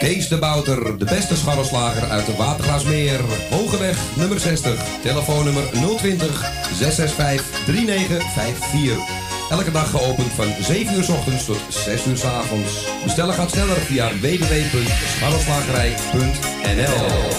Kees de Bouter, de beste scharrelslager uit de Watergraafsmeer. Hogeweg nummer 60, telefoonnummer 020 665 3954. Elke dag geopend van 7 uur 's ochtends tot 6 uur 's avonds. Bestellen gaat sneller via www.scharrelslagerij.nl.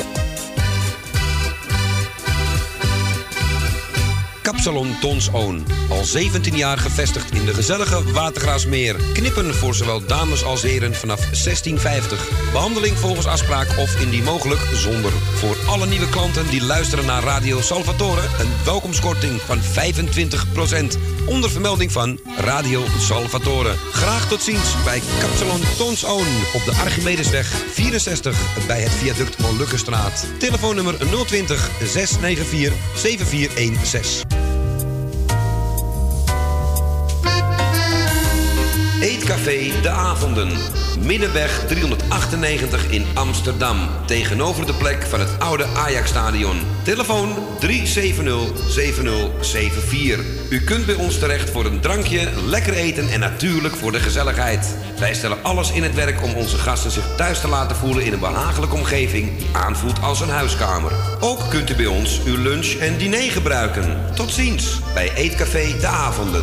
Kapsalon Tons Oon. Al 17 jaar gevestigd in de gezellige Watergraafsmeer. Knippen voor zowel dames als heren vanaf 16,50. Behandeling volgens afspraak of indien mogelijk zonder. Voor alle nieuwe klanten die luisteren naar Radio Salvatore een welkomstkorting van 25%. Onder vermelding van Radio Salvatore. Graag tot ziens bij Kapsalon Tons Oon op de Archimedesweg 64 bij het viaduct Molukkenstraat. Telefoonnummer 020 694 7416. Eetcafé De Avonden. Middenweg 398 in Amsterdam. Tegenover de plek van het oude Ajax-stadion. Telefoon 370-7074. U kunt bij ons terecht voor een drankje, lekker eten en natuurlijk voor de gezelligheid. Wij stellen alles in het werk om onze gasten zich thuis te laten voelen in een behagelijke omgeving die aanvoelt als een huiskamer. Ook kunt u bij ons uw lunch en diner gebruiken. Tot ziens bij Eetcafé De Avonden.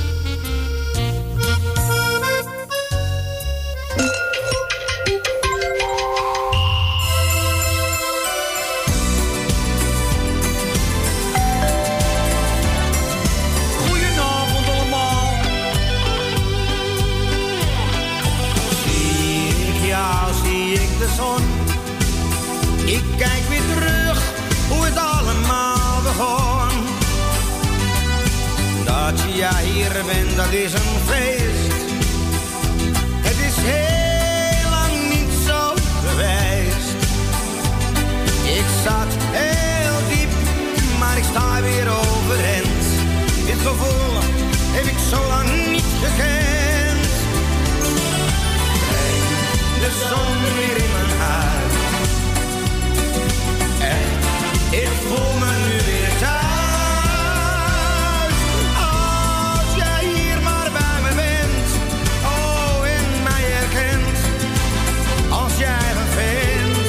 Ik kijk weer terug hoe het allemaal begon. Dat jij hier bent, dat is een feest. Het is heel lang niet zo geweest. Ik zat heel diep, maar ik sta weer overeind. Dit gevoel heb ik zo lang niet gekend. De zon weer in mijn huis. Echt, ik voel me nu weer thuis. Als jij hier maar bij me bent, oh, en mij herkent. Als jij me vindt.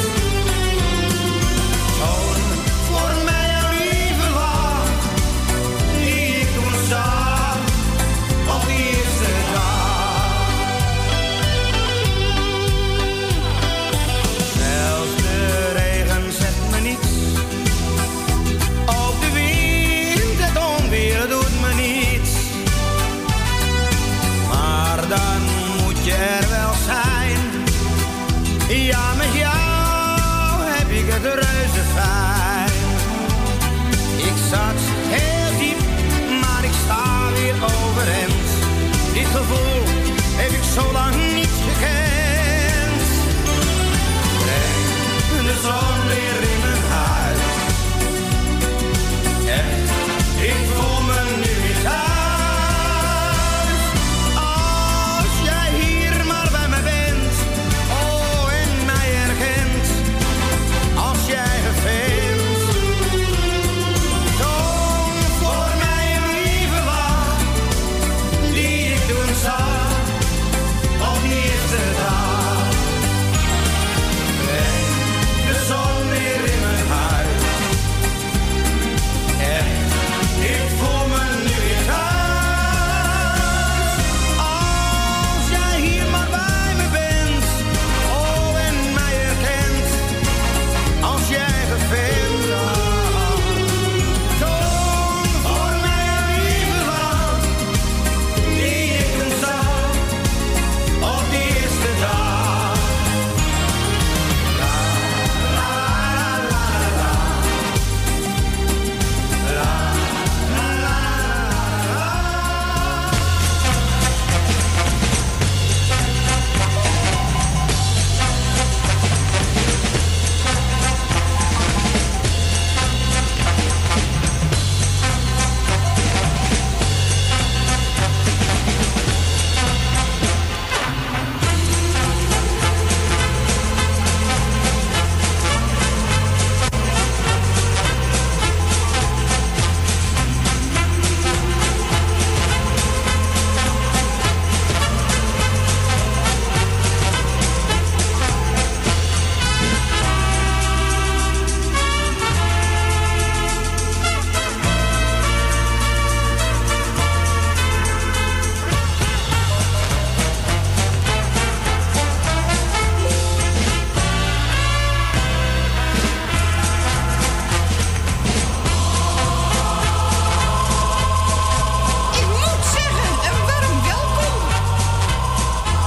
Zo'n voor mij een lieve lach, die ik toen zag, op die eerste dag. Dan moet je er wel zijn. Ja, met jou heb ik het reuze fijn. Ik zat heel diep, maar ik sta weer overeind. Dit gevoel heb ik zo lang niet gekend. Breng de zon weer in mijn huis. Echt, ik voel me nu weer thuis. Weer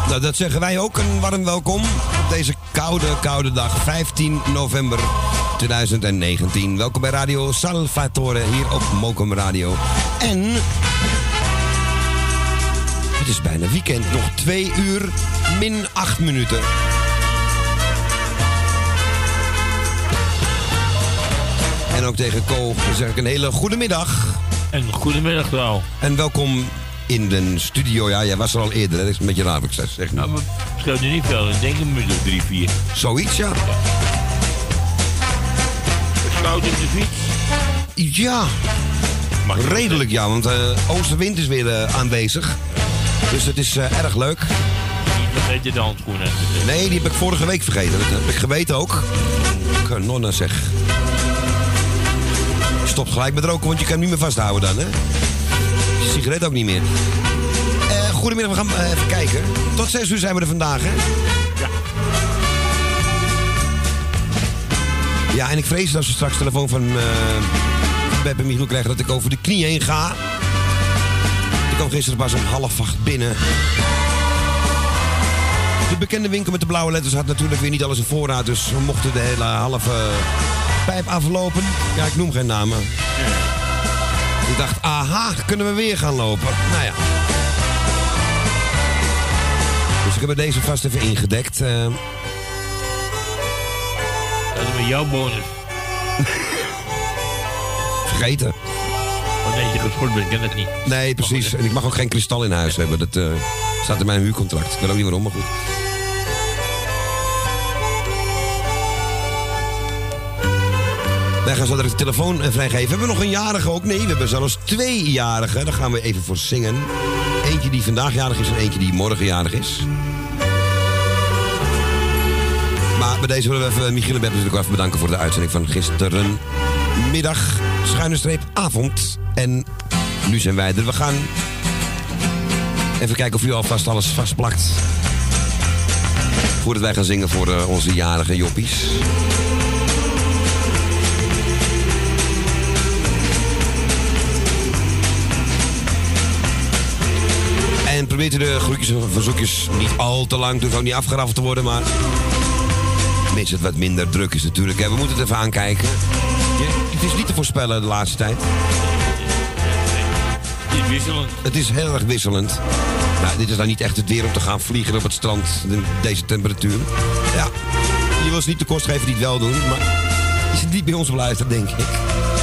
Nou, dat zeggen wij ook. Een warm welkom op deze koude dag, 15 november 2019. Welkom bij Radio Salvatore, hier op Mokum Radio. En het is bijna weekend, nog 2 uur, min 8 minuten. En ook tegen Co zeg ik een hele goede middag. En goedemiddag, vrouw. En welkom in de studio. Ja, jij was er al eerder, hè? Dat is een beetje raar, ik zeg. Nou, maar het scheelt er niet veel. Ik denk een minuut of 3, 4. Zoiets, ja. Koud op de fiets? Ja, redelijk ja, want oostenwind is weer aanwezig. Dus het is erg leuk. Niet vergeten de handschoenen. Nee, die heb ik vorige week vergeten. Dat heb ik geweten ook. Nonna zeg. Stop gelijk met roken, want je kan hem niet meer vasthouden dan, hè? Sigaret ook niet meer. Goedemiddag, we gaan even kijken. Tot 6 uur zijn we er vandaag, hè? Ja. Ja, en ik vrees dat als we straks de telefoon van Beb en Michiel krijgen, dat ik over de knie heen ga. Ik kwam gisteren pas om 7:30 binnen. De bekende winkel met de blauwe letters had natuurlijk weer niet alles in voorraad, dus we mochten de hele halve pijp aflopen. Ja, ik noem geen namen. Ik dacht, aha, kunnen we weer gaan lopen? Nou ja. Dus ik heb er deze vast even ingedekt. Dat is met jouw bonus. Vergeten. Want als je gesport bent, ken het niet. Nee, precies. En ik mag ook geen kristal in huis hebben. Dat staat in mijn huurcontract. Ik weet ook niet waarom, maar goed. Wij gaan zo direct de telefoon vrijgeven. Hebben we nog een jarige ook? Nee, we hebben zelfs 2 jarigen. Daar gaan we even voor zingen. Eentje die vandaag jarig is en eentje die morgen jarig is. Maar bij deze willen we even Michiel en Beb natuurlijk even bedanken voor de uitzending van gisterenmiddag, _avond. En nu zijn wij er. We gaan even kijken of u alvast alles vastplakt. Voordat wij gaan zingen voor onze jarige joppies. En probeert u de groetjes en verzoekjes niet al te lang, dus ook niet afgeraffeld te worden, maar mits het wat minder druk is natuurlijk. We moeten het even aankijken. Het is niet te voorspellen de laatste tijd. Het is wisselend. Het is heel erg wisselend. Nou, dit is nou niet echt het weer om te gaan vliegen op het strand, deze temperatuur. Ja, je wil ze niet de kost geven die het wel doen, maar is het niet bij ons beluisterd, denk ik.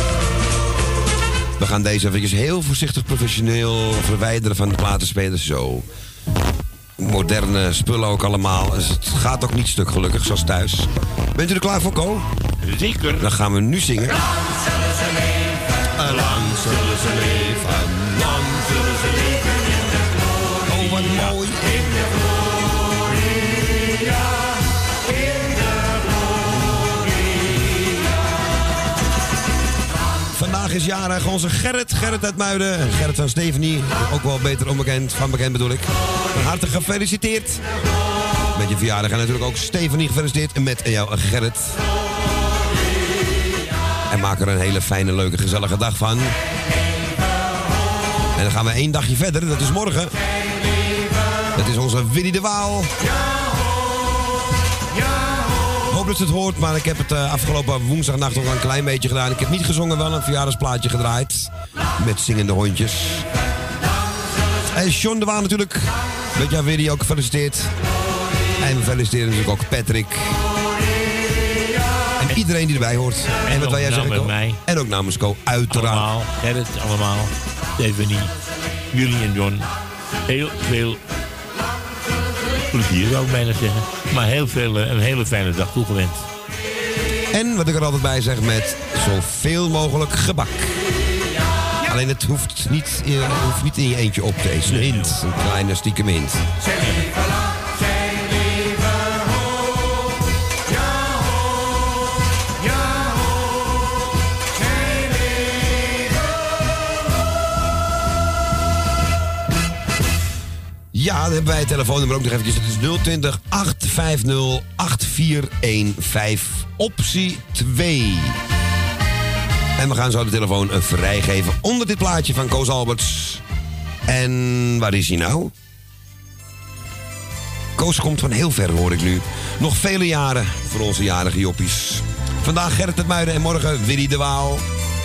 We gaan deze eventjes heel voorzichtig professioneel verwijderen van de platenspelers. Zo. Moderne spullen ook allemaal. Dus het gaat ook niet stuk gelukkig, zoals thuis. Bent u er klaar voor, Co? Zeker. Dan gaan we nu zingen. Lang zullen ze leven. Lang zullen ze leven. Lang zullen ze leven in de glorie. Oh, wat mooi. In de glorie. Ja. In de glorie. Vandaag is jarig onze Gerrit uit Muiden. Gerrit van Stevenie, ook wel beter onbekend, van bekend bedoel ik. Van harte gefeliciteerd. Met je verjaardag en natuurlijk ook Stevenie gefeliciteerd. En met jou Gerrit. En maak er een hele fijne, leuke, gezellige dag van. En dan gaan we 1 dagje verder, dat is morgen. Dat is onze Willy de Waal. Hoop dat ze het hoort, maar ik heb het afgelopen woensdagnacht nog een klein beetje gedaan. Ik heb niet gezongen, wel een verjaardagsplaatje gedraaid. Met zingende hondjes. En John de Waal natuurlijk. Met jou Willy ook gefeliciteerd. En we feliciteren natuurlijk ook Patrick. En iedereen die erbij hoort. En wat wij jij zeggen, mij. En ook namens Co, uiteraard. Allemaal, Gerrit, allemaal. Stephanie, Willy en John. Heel veel plezier, zou ik bijna zeggen. Maar heel veel, een hele fijne dag toegewenst. En wat ik er altijd bij zeg, met zoveel mogelijk gebak. Alleen het hoeft niet in je eentje op te eten. Een hint, een kleine stiekem hint. Ja, dan hebben wij het telefoonnummer ook nog eventjes. Het is 020 850 8415, optie 2. En we gaan zo de telefoon vrijgeven onder dit plaatje van Koos Alberts. En waar is hij nou? Koos komt van heel ver, hoor ik nu. Nog vele jaren voor onze jarige joppies. Vandaag Gerrit uit Muiden en morgen Willy de Waal.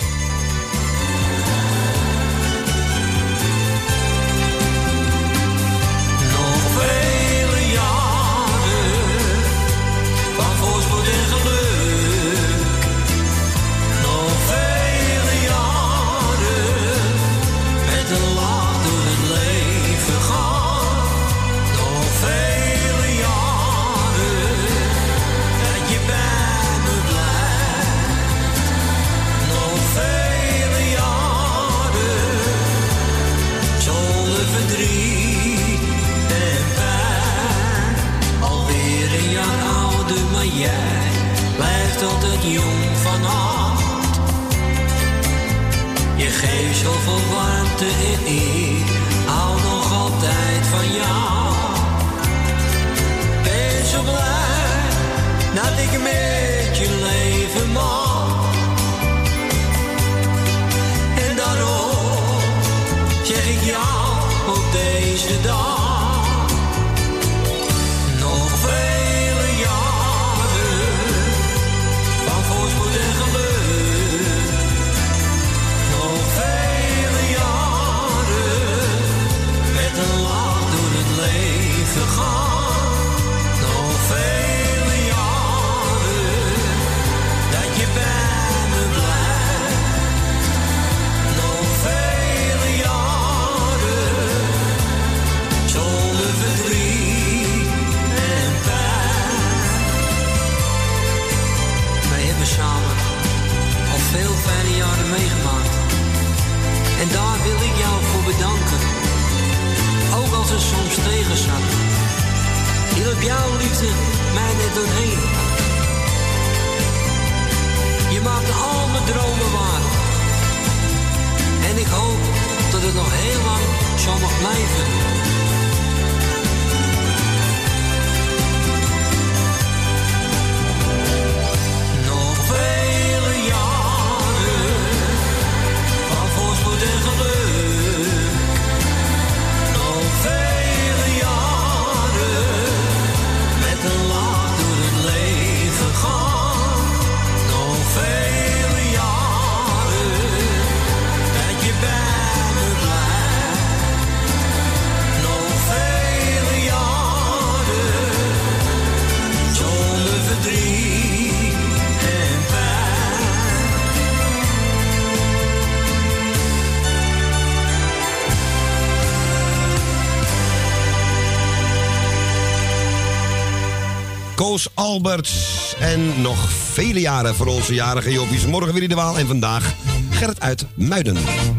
Zoveel warmte en ik hou nog altijd van jou. Ben zo blij dat ik met je leven mag. En daarom zeg ik jou op deze dag. Nog vele jaren van voorspoed en geluk. En daar wil ik jou voor bedanken. Ook als het soms tegen zat. Hielp jouw liefde mij net doorheen. Je maakte al mijn dromen waar. En ik hoop dat het nog heel lang zo mag blijven. Nog vele jaren van voorspoed en geluk. Nog vele jaren met een lach door het leven gaan. Nog vele jaren dat je bij me blijft. Nog vele jaren zonder verdriet en pijn. Koos Alberts. En nog vele jaren voor onze jarige joppies. Morgen Willy de Waal en vandaag Gerrit uit Muiden.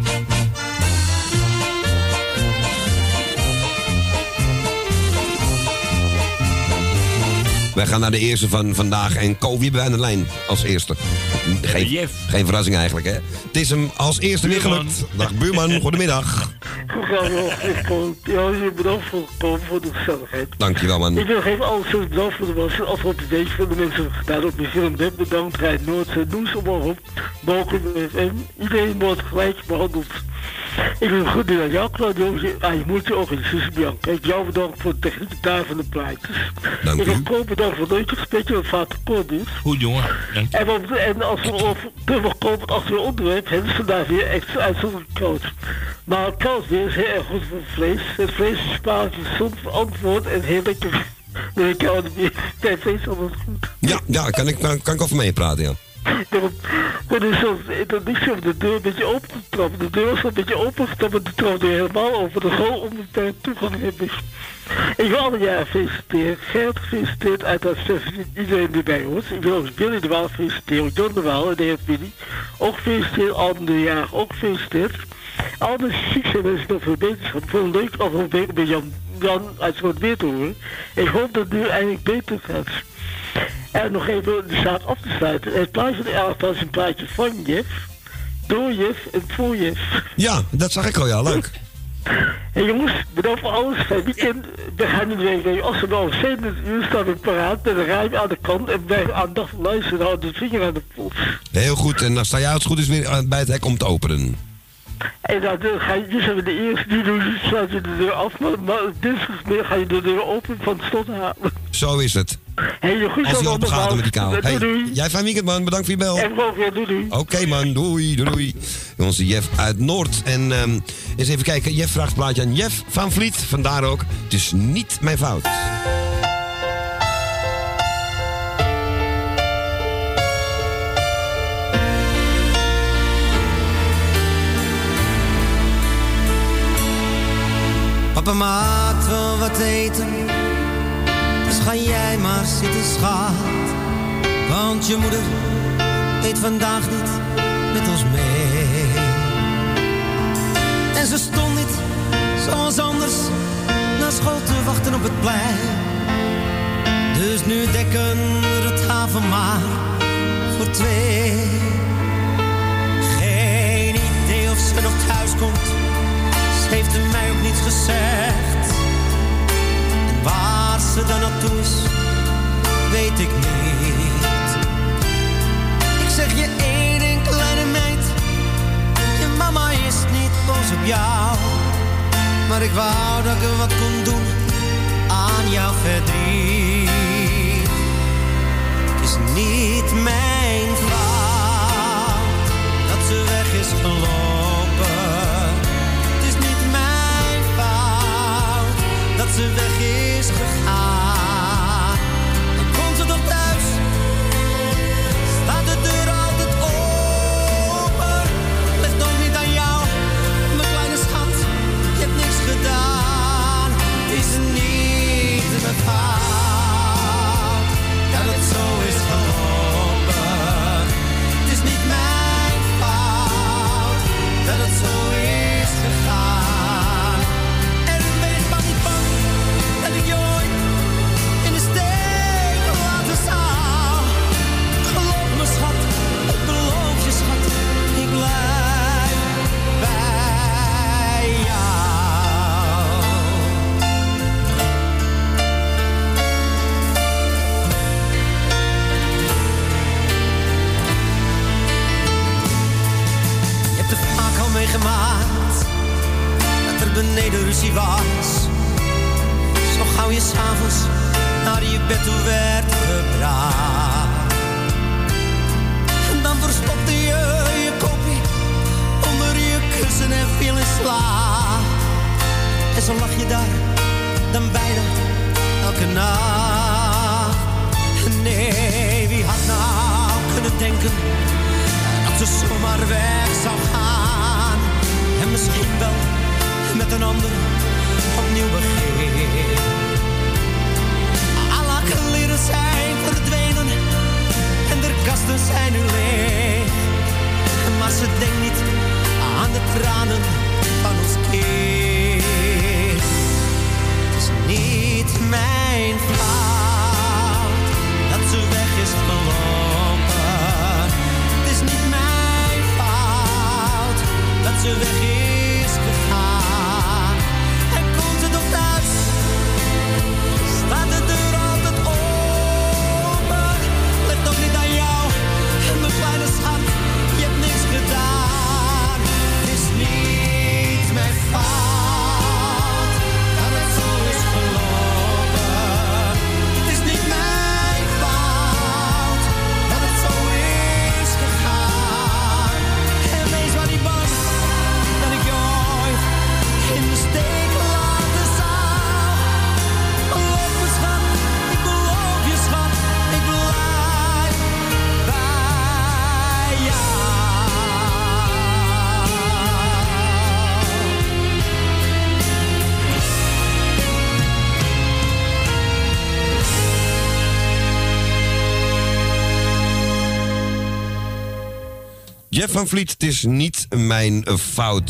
Wij gaan naar de eerste van vandaag. En Ko, wie hebben wij aan de lijn als eerste? Geen verrassing eigenlijk, hè? Het is hem als eerste weer gelukt. Dag buurman, goedemiddag. Ja, bedankt voor de gezelligheid. Dankjewel, man. Ik wil even alles bedankt voor de afgelopen week voor de mensen gedaan op museum web. Bedankt, Rijn Noord, noem ze maar op. Balken FM. Iedereen wordt gelijk behandeld. Ik wil goed doen aan jou, Claudio, aan je moeder ook en je zus Bianca. Ik jou bedankt voor de techniek daar van de plaatjes. Dank ik u. heb Ko bedankt voor het leuke gesprekje wat vaak kort is. Goed, jongen. Dank je. En als we over terugkomen als we onderwerp, hebben ze vandaag weer extra uitzonderlijk koud. Maar koud weer is heel erg goed voor het vlees. Het vlees is spaartje gezond verantwoord en heel lekker. Nee, ik kan het niet. Het vlees is altijd goed. Ja, kan ik over meepraten, ja. Dan is het niet zo om de deur een beetje open te trappen. De deur is een beetje open getrapt, maar de trap weer helemaal open. De gewoon onbeperkt toegang hebben. Ik wil alle jaren feliciteren. Gerrit gefeliciteerd, uiteraard iedereen die bij hoort. Ik wil ook Billy de Waal feliciteren, John de Waal en de heer Billy. Ook gefeliciteerd, Alden de Jager ook gefeliciteerd. Al de succes wensen nog veel beterschap. Ik vond het leuk afgelopen week met Jan uit wat weer te horen. Ik hoop dat het nu eindelijk beter gaat. En nog even de zaak af te sluiten. Het plaatje van de elftal is een plaatje van Jeff, door Jeff en voor Jeff. Ja, dat zag ik al, ja, leuk. Hey jongens, bedankt voor alles. Fijn weekend. We gaan nu weer als we nou 7 uur staan we paraat met een ruim aan de kant en blijven aandachtig luisteren. Houden de vinger aan de pols. Heel goed, en dan sta jij als het goed is weer bij het hek om te openen. En dan ga je, dus hebben we de eerste die doen, sluit je de deur af, maar dinsdagmiddag ga je de deur open van het slot halen. Zo is het. Hele goed. Als hij open gaat met die kou. Hey, doei. jij fijn weekend, man. Bedankt voor je bel. En weer doei. Oké, man. Doei, doei, doei. Onze Jeff uit Noord. En eens even kijken. Jeff vraagt het plaatje aan Jeff van Vliet. Vandaar ook. Het is niet mijn fout. Papa maakt wel wat eten, dus ga jij maar zitten, schat. Want je moeder eet vandaag niet met ons mee. En ze stond niet, zoals anders, naar school te wachten op het plein. Dus nu dekken we de tafel maar voor twee. Geen idee of ze nog thuis komt. Ze heeft er mij ook niets gezegd. En waar ze dan naartoe is, weet ik niet. Ik zeg je één ding, kleine meid. Je mama is niet boos op jou. Maar ik wou dat ik er wat kon doen aan jouw verdriet. Het is niet mijn fout dat ze weg is gelopen. Dat ze weg is gegaan. En komt ze toch thuis, staat de deur altijd open. Ligt toch niet aan jou, mijn kleine schat. Je hebt niks gedaan. Het is niet mijn fout dat het zo is gelopen. Het is niet mijn fout dat het zo is gegaan. Meegemaakt dat er beneden ruzie was. Zo gauw je s'avonds naar je bed toe werd gebracht. En dan verstopte je je kopje onder je kussen en viel in slaap. En zo lag je daar dan bijna elke nacht. Nee, wie had nou kunnen denken dat ze zomaar weg zou gaan. En misschien wel met een ander opnieuw begin. Alle kleren zijn verdwenen en de kasten zijn nu leeg. Maar ze denkt niet aan de tranen van ons kind. Het is niet mijn fout dat ze weg is gelopen. Het is niet mijn fout dat ze weg is gegaan. En komt ze toch thuis, staat de deur altijd open. Ligt toch niet aan jou, mijn kleine schat, je hebt niks gedaan. Het is niet mijn fout dat het zo is gelopen. Het is niet mijn fout dat het zo is gegaan. En wees maar niet bang dat ik je ooit in de steek laten staan. Beloof me schat, ik beloof je schat, ik blijf bij jou. Jeff van Vliet, het is niet mijn fout.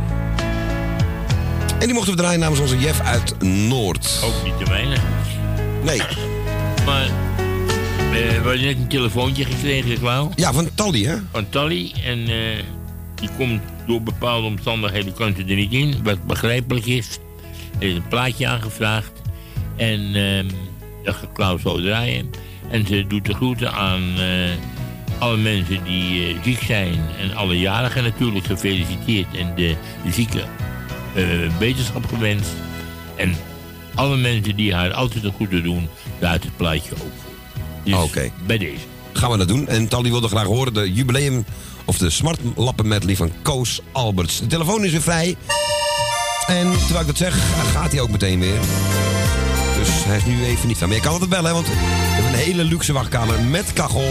En die mochten we draaien namens onze Jeff uit Noord. Ook niet te weinig. Nee. Maar we hebben net een telefoontje gekregen, Klauw. Ja, van Tally, hè? Van Tally. En die komt door bepaalde omstandigheden, kan ze er niet in. Wat begrijpelijk is. Er is een plaatje aangevraagd. En dat gaat Klauw zo draaien. En ze doet de groeten aan alle mensen die ziek zijn en alle jarigen natuurlijk gefeliciteerd en de zieke wetenschap gewenst. En alle mensen die haar altijd een goede doen, daar het plaatje ook voor. Dus Oké. bij deze. Gaan we dat doen. En Tally wilde graag horen de jubileum of de smartlappen medley van Koos Alberts. De telefoon is weer vrij. En terwijl ik dat zeg, gaat hij ook meteen weer. Dus hij is nu even niet van. Maar je kan altijd bellen, want we hebben een hele luxe wachtkamer met kachel.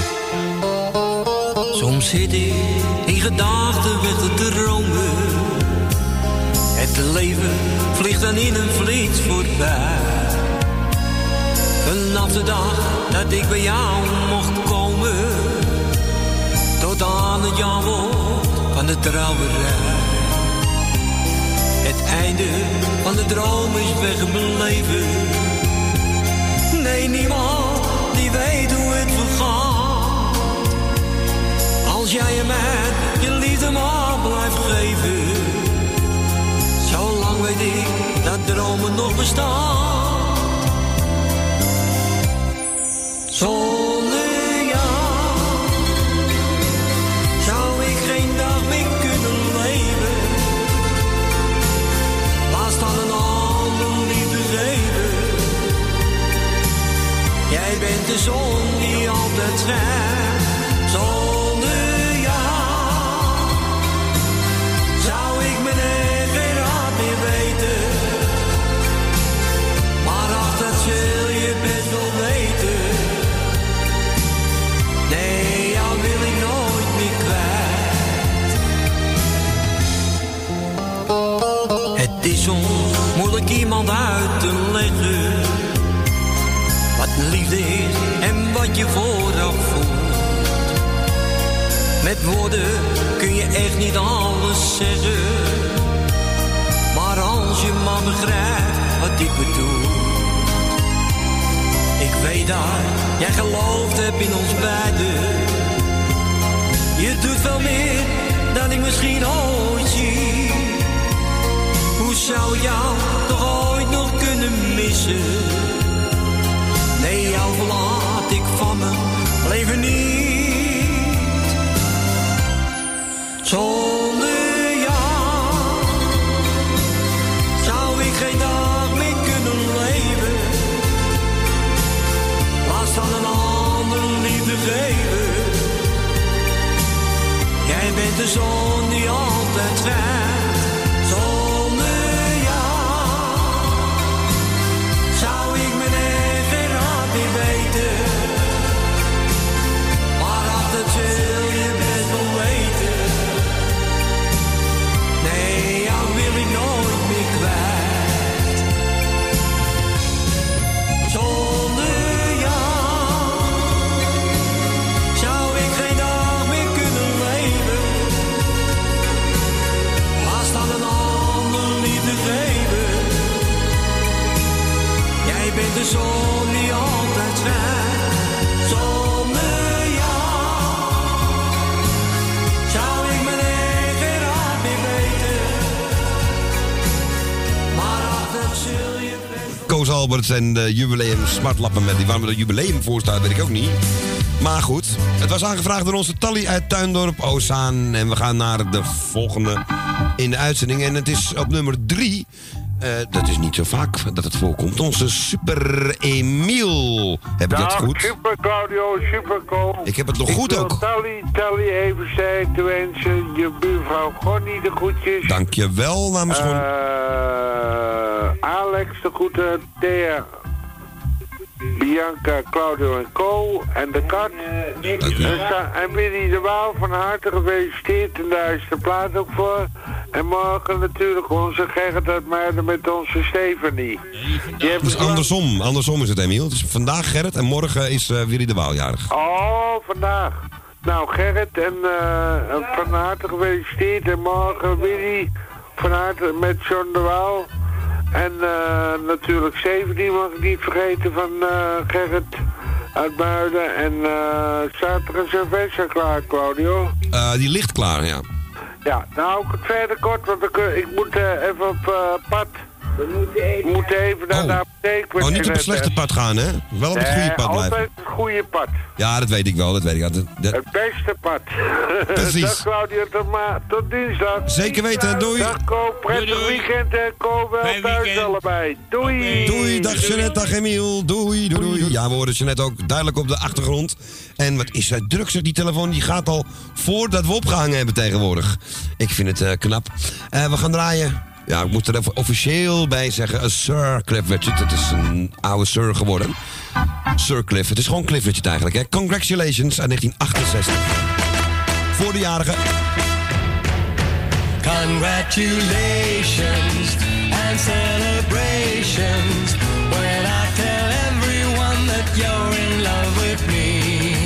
Soms zit ik in gedachten weg te dromen. Het leven vliegt dan in een flits voorbij. Vanaf de dag dat ik bij jou mocht komen, tot aan het jaarwoord van de trouwerij. Het einde van de droom is weggebleven. Nee, niemand die weet hoe het vergaat. Als jij mij je liefde maar blijft geven, zolang weet ik dat dromen nog bestaan. Zonder jou zou ik geen dag meer kunnen leven. Laat staan een ander liefde geven. Jij bent de zon die altijd schijnt. Zonder jou zou ik mijn eigen raad meer weten. Maar ach, dat zul je best wel weten. Nee, jou wil ik nooit meer kwijt. Het is soms moeilijk iemand uit te leggen wat liefde is en wat je vooraf voelt. Met woorden kun je echt niet alles zeggen, maar als je maar begrijpt wat ik bedoel. Ik weet dat jij geloofd hebt in ons beiden. Je doet veel meer dan ik misschien ooit zie. Hoe zou ik jou toch ooit nog kunnen missen? Nee, jou verlaat ik van mijn leven niet. Zonder jou zou ik geen dag meer kunnen leven. Laat staan een ander liefde geven. Jij bent de zon die altijd schijnt. Zonder jou zou ik mijn eigen raad niet weten. Maar ach, dat zul je best wel weten. Nee, jou wil ik nooit meer kwijt. Zonder jou zou ik geen dag meer kunnen leven. Laat staan een ander liefde geven. Jij bent de zon die altijd schijnt. Zonder jou zou ik mijn eigen raad niet weten. Maar ach, dat zul je best. Koos Alberts en de jubileum smartlappen medley. Waarom er een jubileum voor staat, weet ik ook niet. Maar goed, het was aangevraagd door onze Tally uit Tuindorp, Ozaan. En we gaan naar de volgende in de uitzending. En het is op nummer 3. Dat is niet zo vaak dat het voorkomt. Onze Super Emiel. Heb ik dat goed? Super Claudio, super cool. Ik heb het nog goed ook. Ik wil Tally even zeggen te wensen. Je buurvrouw Gonnie de groetjes. Dankjewel namens gewoon. Alex de groeten. Thea, Bianca, Claudio en Co. En de kat. En Willy de Waal, van harte gefeliciteerd. En daar is de plaat ook voor. En morgen natuurlijk onze Gerrit uit Muiden met onze Stephanie. Het is andersom is het, Emiel. Het is vandaag Gerrit en morgen is Willy de Waal jarig. Oh, vandaag. Nou, Gerrit en van harte gefeliciteerd. En morgen Willy van harte met John de Waal. En natuurlijk Stephanie mag ik niet vergeten van Gerrit uit Muiden. En zaterdag is Sylvester klaar, Claudio. Die ligt klaar, ja. Ja, nou, ik het verder kort, want ik moet even op pad. We moeten even naar de apotheek. Oh, niet op het slechte pad gaan, hè? Wel op het goede pad blijven. Altijd het goede pad. Ja, dat weet ik wel, Het beste pad. Precies. Dag Claudia, tot dinsdag. Zeker weten, doei. Dag Ko, prettig weekend en Ko wel thuis allebei. Doei. Doei, dag Jeanette, dag Emiel. Doei. Ja, we horen Jeanette ook duidelijk op de achtergrond. En wat is zij druk, zeg, die telefoon die gaat al voordat we opgehangen hebben tegenwoordig. Ik vind het knap. We gaan draaien. Ja, ik moet er even officieel bij zeggen. Sir Cliff Richard. Het is een oude Sir geworden. Sir Cliff. Het is gewoon Cliff Richard eigenlijk. Hè. Congratulations uit 1968. Voor de jarigen. Congratulations and celebrations when I tell everyone that you're in love with me.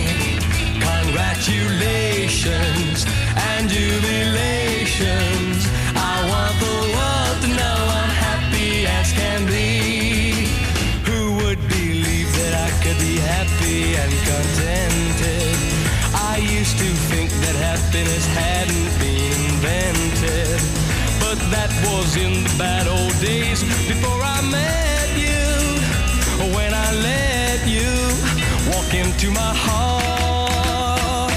Congratulations and jubilations. I want the world to know I'm happy as can be. Who would believe that I could be happy and contented? I used to think that happiness hadn't been invented, but that was in the bad old days before I met you. When I let you walk into my heart.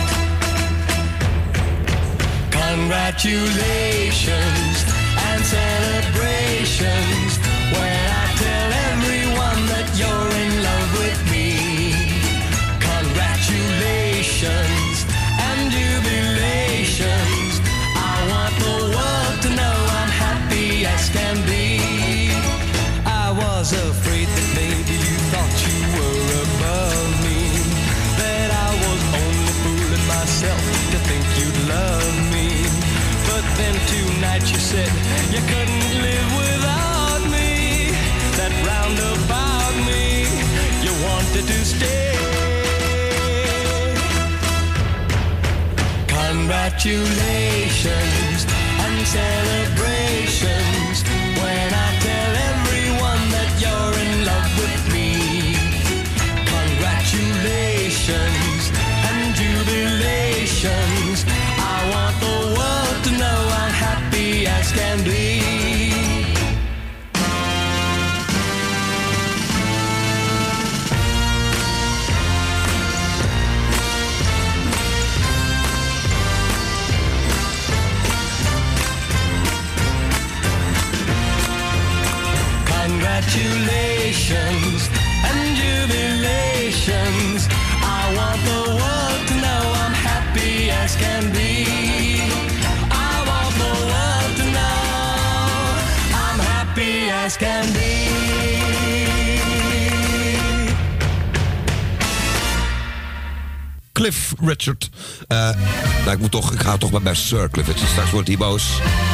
Congratulations and celebrations when I tell everyone that you're in love with me. Congratulations and jubilations. I want the world to know I'm happy as can be. I was afraid that maybe you thought you were above me, that I was only fooling myself to think you'd love me. But then tonight you said you couldn't live without me, that roundabout me you wanted to stay. Congratulations and celebrations when I tell everyone that you're in love with me. Congratulations and jubilations. I want the world to know I'm happy as can be. Congratulations and jubilations. I want the world to know I'm happy as can be. I want the world to know I'm happy as can be. Cliff Richard. Nou, ik hou toch maar bij Sir Cliff Richard. Straks wordt hij boos.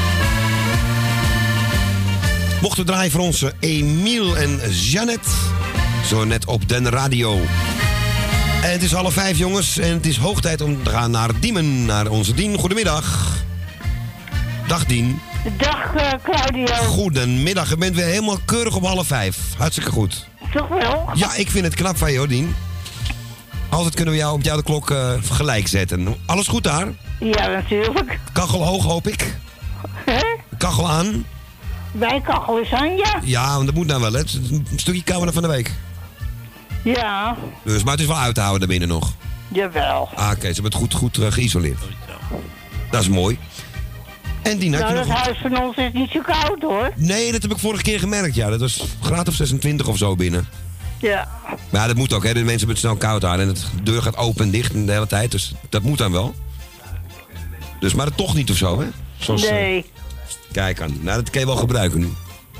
Mochten draaien voor onze Emiel en Jeannette. Zo net op den radio. En het is 4:30, jongens. En het is hoog tijd om te gaan naar Diemen. Naar onze Dien. Goedemiddag. Dag Dien. Dag Claudio. Goedemiddag. Je bent weer helemaal keurig op 4:30. Hartstikke goed. Toch wel? Ja, ik vind het knap van je hoor, Dien. Altijd kunnen we jou op jou de klok gelijk zetten. Alles goed daar? Ja, natuurlijk. Kachel hoog, hoop ik. Hè? Kachel aan. Bij kachel is aan, ja. Ja, want dat moet nou wel, hè. Het is een stukje kouder van de week. Ja. Dus, maar het is wel uit te houden daarbinnen nog. Jawel. Ah, oké, ze hebben het goed geïsoleerd. Dat is mooi. En die nou, dat huis van ons is niet zo koud, hoor. Nee, dat heb ik vorige keer gemerkt, ja. Dat was een graad of 26 of zo binnen. Ja. Maar ja, dat moet ook, hè. De mensen hebben het snel koud aan. En de deur gaat open en dicht de hele tijd. Dus dat moet dan wel. Dus, maar dat toch niet of zo, hè? Zoals, nee. Kijk aan. Nou, dat kan je wel gebruiken nu.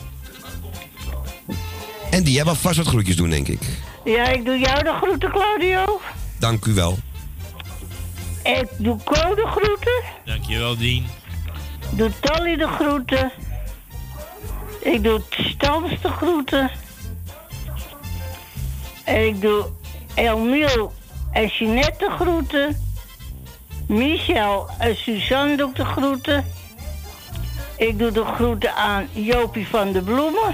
En die hebben vast wat groetjes doen, denk ik. Ja, ik doe jou de groeten, Claudio. Dank u wel. Ik doe Ko de groeten. Dankjewel, Dien. Ik doe Tally de groeten. Ik doe Stans de groeten. En ik doe Emiel en Jeanette de groeten. Michel en Suzanne doe ik de groeten. Ik doe de groeten aan Jopie van de Bloemen.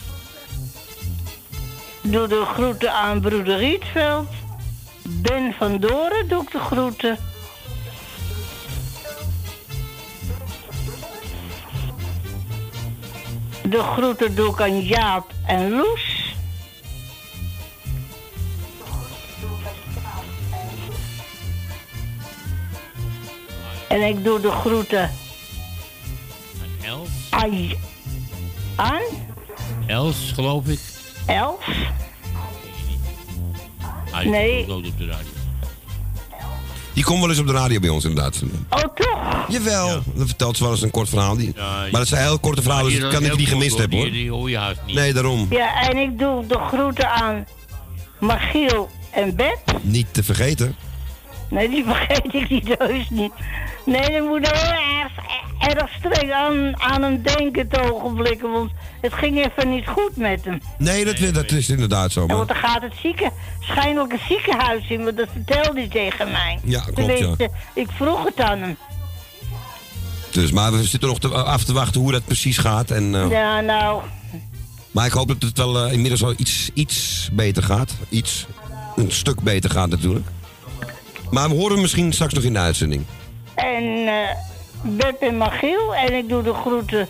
Ik doe de groeten aan broeder Rietveld. Ben van Doren doe ik de groeten. de groeten doe ik aan Jaap en Loes. En ik doe de groeten Els? Aan? Els, geloof ik. Els? Nee. Op de radio. Die komt wel eens op de radio bij ons inderdaad. Oh, toch? Jawel, ja. Dan vertelt ze wel eens een kort verhaal. Maar dat zijn heel korte verhalen, dus kan ik die gemist hebben hoor. Die hoor je haast niet. Nee, daarom. Ja, en ik doe de groeten aan Magiel en Beb. Niet te vergeten. Nee, die vergeet ik niet, heus niet. Nee, dan moet er wel erg streng aan hem denken het ogenblikken, want het ging even niet goed met hem. Nee, dat is inderdaad zo. Maar... Want dan gaat het schijnlijk het ziekenhuis in, want dat vertelde hij tegen mij. Ja, klopt, ja. Ik vroeg het aan hem. Dus, maar we zitten nog af te wachten hoe dat precies gaat. En, ja, nou... Maar ik hoop dat het wel inmiddels al iets beter gaat. Een stuk beter gaat natuurlijk. Maar we horen hem misschien straks nog in de uitzending. En Beb en Magiel. En ik doe de groeten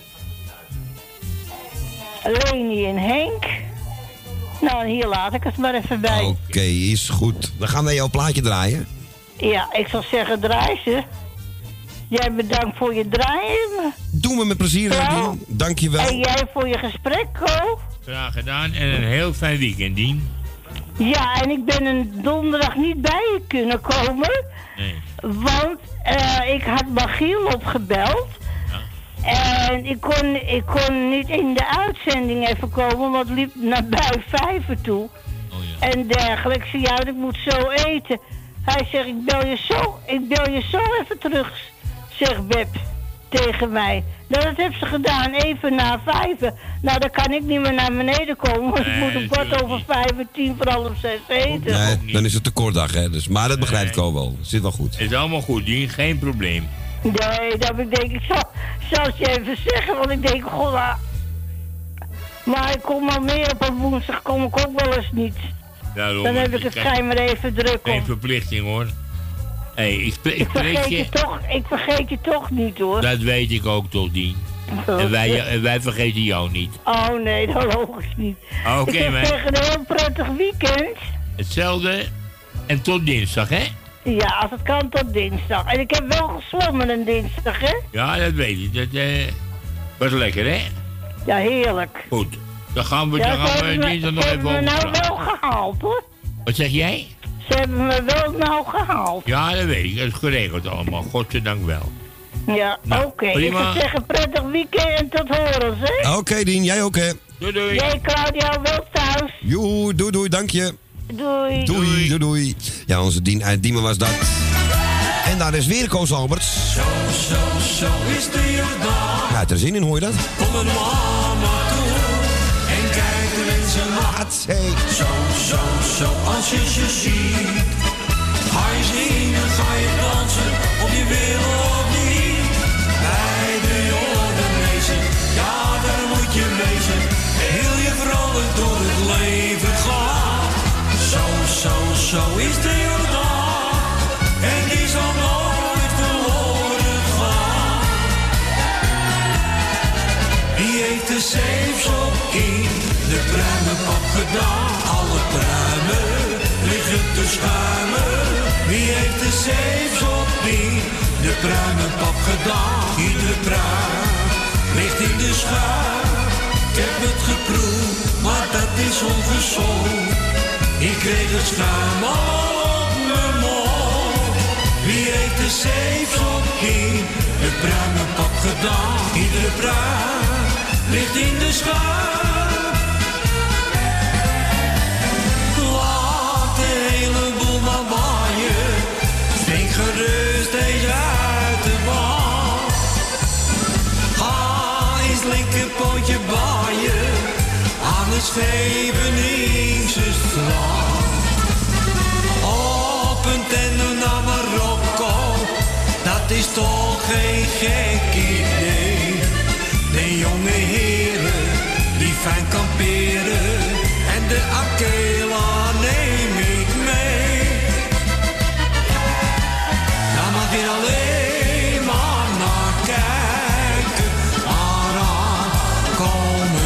Leni en Henk. Nou, hier laat ik het maar even bij. Oké, is goed. Dan gaan wij jouw plaatje draaien. Ja, ik zal zeggen draai ze. Jij bedankt voor je draaien. Doen we met plezier, Dien. Dank je wel. En jij voor je gesprek, Ko. Graag gedaan en een heel fijn weekend, Dien. Ja, en ik ben een donderdag niet bij je kunnen komen. Nee. Want ik had Magiel opgebeld. Ja. En ik kon niet in de uitzending even komen, want het liep naar bui 5 toe. Oh, ja. En dergelijke. Ik zei, ja, ik moet zo eten. Hij zegt, ik bel je zo even terug, zegt Beb tegen mij. Nou, dat heeft ze gedaan, even na 5. Nou, dan kan ik niet meer naar beneden komen, want ik moet om 5:15 voor 5:30 eten. Nee, dan is het te kort dag, hè. Dus, maar dat begrijp ik ook wel. Zit wel goed. Het is allemaal goed, Dien. Geen probleem. Nee, dat ik zal het je even zeggen, want ik denk, god, maar ik kom al meer op een woensdag, kom ik ook wel eens niet. Ja, dan heb ik het schijnbaar even druk op. Geen verplichting, hoor. Hey, ik vergeet je toch niet, hoor. Dat weet ik ook toch, Dien. En wij vergeten jou niet. Oh nee, dat logisch niet. Oké, maar... Ik zeg een heel prettig weekend. Hetzelfde. En tot dinsdag, hè? Ja, als het kan tot dinsdag. En ik heb wel gezwommen een dinsdag, hè? Ja, dat weet ik. Dat was lekker, hè? Ja, heerlijk. Goed. Dan gaan we dinsdag nog even over. Ze hebben me nou wel gehaald, hoor. Wat zeg jij? Ze hebben me wel nou gehaald. Ja, dat weet ik. Dat is geregeld allemaal. Godzijdank wel. Ja, nou, oké. Ik zou zeggen, prettig weekend en tot horens, hè? Oké, Dien. Jij ook, hè? Doei, doei. Jij, Claudia, wel thuis. Joe, doei, dank je. Doei. Doei. Ja, onze Dien uit Diemen was dat. En daar is weer Koos Alberts. Zo is de Jordaan. Ja, er zin in, hoor je dat? Kom een mama toe en kijk de mensen maat. Zo, als je ziet. Ga je zingen, ga je dansen, op je wereld niet. Bij de Jordanezen, ja, daar moet je wezen. Heel je vrolijk door het leven gaan. Zo is de Jordaan. En die zal nooit verloren gaan. Wie heeft de zeepsop in de pruimenpap gedaan? Alle pruimen liggen te schuimen. Wie heeft de zeepsop in de pruimenpap gedaan? Iedere pruim ligt in de schuim. Ik heb het geproefd, maar dat is ongezond. Ik kreeg het schuim al op mijn mond. Wie heeft de zeepsop in de pruimenpap gedaan? Iedere pruim ligt in de schuim. Laat de hele boel maar waaien. Spring gerust deze uit de baan. Ga eens linkerpootje baaien aan de Scheveningse strand. Op een tender naar Marokko, dat is toch geen gek idee. De jonge heren die fijn kamperen en de Akela neem ik mee. Daar mag je alleen maar naar kijken, maar aan komen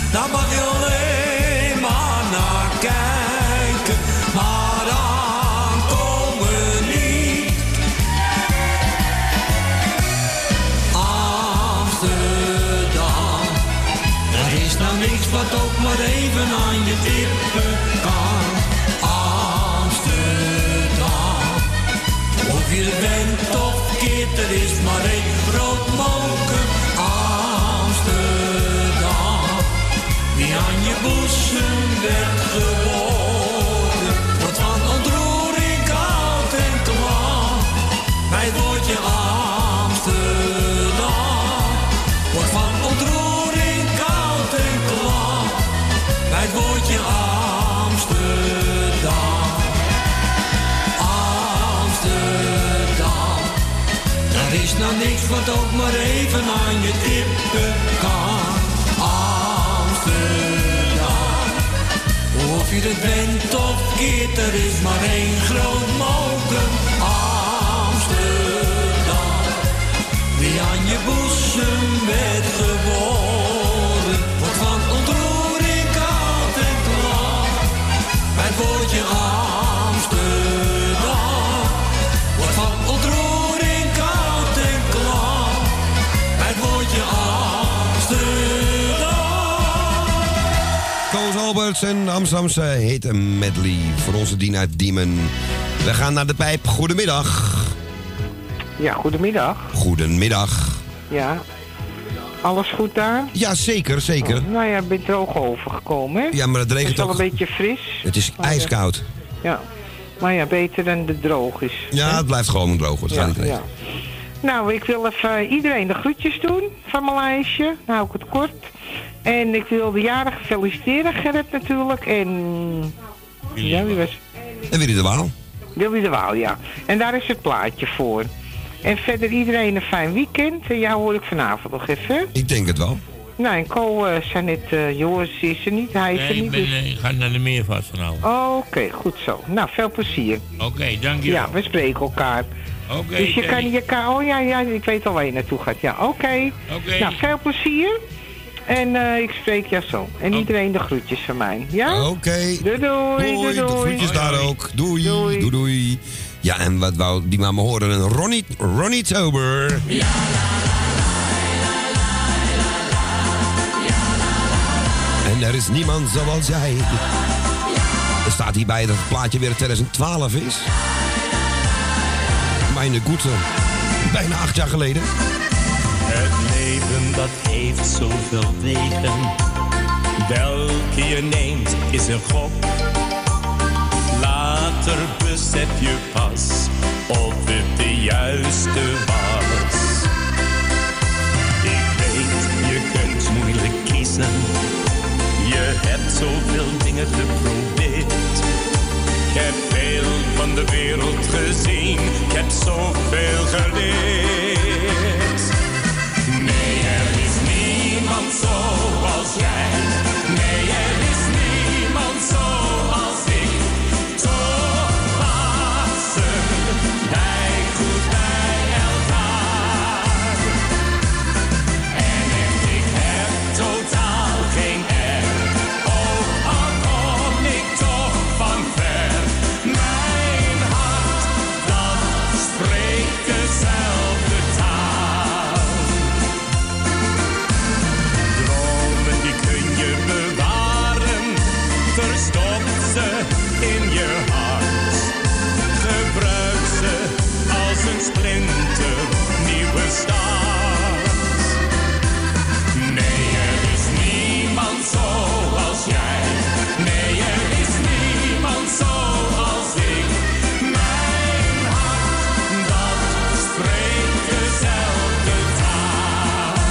daar mag je alleen maar naar kijken, maar aankomen niet. Amsterdam, er is nou niks wat ook maar even aan je tippen kan. Amsterdam, of je er bent of keert, er is maar één groot moken. Amsterdam, wie aan je boezem werd geboren, wordt van ontroering koud en klam. Bij het woordje Amsterdam, wordt van ontroering koud en klam. Bij het woordje Amsterdam. Amsterdam, er is nou niks wat ook maar even aan je tippen kan. Amsterdam, of je het bent of keert, er is maar één groot moken. Amsterdam, wie aan je boezem werd geboren, wordt van ontroering koud en klam. Bij het woordje Amsterdam, wordt van ontroering koud en klam. Bij het woordje Amsterdam. Koos Alberts en Amsterdamse hete medley voor onze Dien uit Diemen. We gaan naar de pijp. Goedemiddag. Ja, goedemiddag. Goedemiddag. Ja. Alles goed daar? Ja, zeker, zeker. Oh, nou ja, ik ben droog overgekomen, hè? Ja, maar het regent Het is wel ook. een beetje fris. Het is ijskoud. Ja. Maar ja, beter dan de droog is. Ja, het blijft gewoon droog. Het gaat niet regenen. Nou, ik wil even iedereen de groetjes doen van mijn lijstje. Nou, hou ik het kort. En ik wil de jarigen feliciteren, Gerrit natuurlijk. En... ja, wie was... En Willy de Waal. Willy de Waal, ja. En daar is het plaatje voor. En verder iedereen een fijn weekend. En jou hoor ik vanavond nog even. Ik denk het wel. Nou, en Co zei net, Joris is er niet, hij is er niet. Ik ga naar de meervast vanavond. Oké, goed zo. Nou, veel plezier. Oké, dankjewel. Ja, we spreken elkaar. Oké. Dus je kan, oh ja, ik weet al waar je naartoe gaat. Ja, oké. Nou, veel plezier. En ik spreek jou zo. En iedereen de groetjes van mij. Ja? Oké. Doei, doei. Doei, de groetjes daar ook. Doei. Doei, doei. Ja, en wat wou die maar me horen? Een Ronnie Tober. Ja, en er is niemand zoals jij. Er staat hierbij dat het plaatje weer 2012 is. Mijn goede. Bijna 8 jaar geleden. Het leven dat heeft zoveel wegen. Welke je neemt is een gok. Later besef je pas of het de juiste was. Ik weet, je kunt moeilijk kiezen. Je hebt zoveel dingen geprobeerd. Ik heb veel van de wereld gezien. Ik heb zoveel geleerd. Nee, er is niemand zoals jij. Nee, er is niemand zoals ik. Toch passen wij goed bij elkaar. En ik heb totaal geen erg. Oh, al kom ik toch van ver. Mijn hart, dat spreekt dezelfde taal. Dromen die kun je bewaren. Verstop ze in je hart. Gebruik ze als een splinter nieuwe start. Nee, er is niemand zoals jij. Nee, er is niemand zoals ik. Mijn hart, dat spreekt dezelfde taal.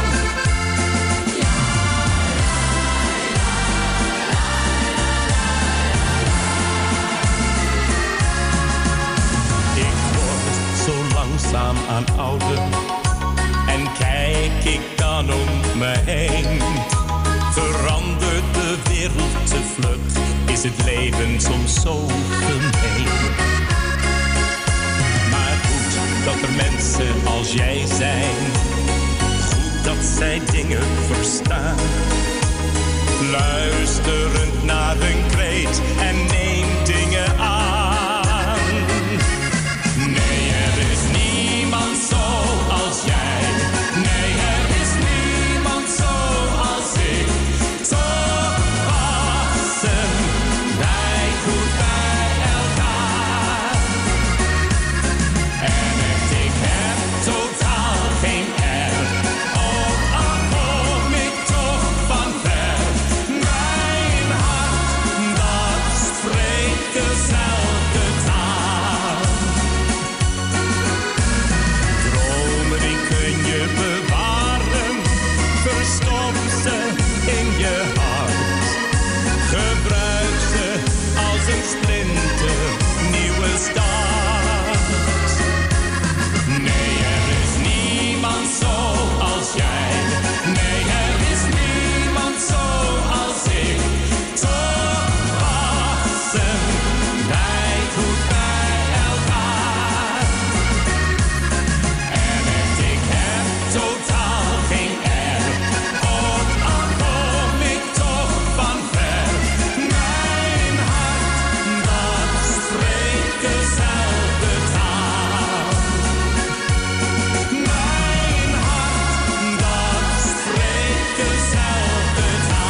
Ik word zo langzaam aan ouder. En kijk ik dan om me heen. Verandert de wereld te vlug. Is het leven soms zo gemeen. Maar goed dat er mensen als jij zijn. Goed dat zij dingen verstaan. denkt en neemt dingen aan. Nee, er is niemand zoals jij. Nee, er is niemand zoals ik. Toch passen wij goed bij elkaar. En echt, ik heb totaal geen erg. Ook al kom ik toch van ver. Mijn hart, dat spreekt dezelfde taal. Dromen die kun je bewaren. Verstop ze in je hart. Gebruik ze als een splinter nieuwe start. Nee, er is niemand zoals jij. Nee, er is niemand zoals ik. Toch passen wij goed bij elkaar. En echt, ik heb totaal geen erg. Ook al kom ik toch van ver. Mijn hart, dat spreekt dezelfde taal. Mijn hart, dat spreekt dezelfde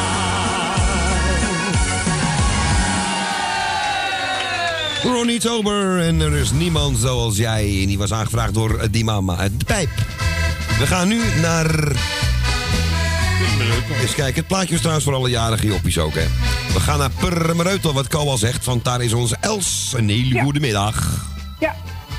taal. Ronnie Tober en er is niemand zoals jij. En die was aangevraagd door die mama uit de pijp. We gaan nu naar... Eens kijken, het plaatje is trouwens voor alle jarige joppies ook, hè. We gaan naar Purmereutel, wat Ko al zegt, want daar is onze Els. Een hele goede middag. Ja.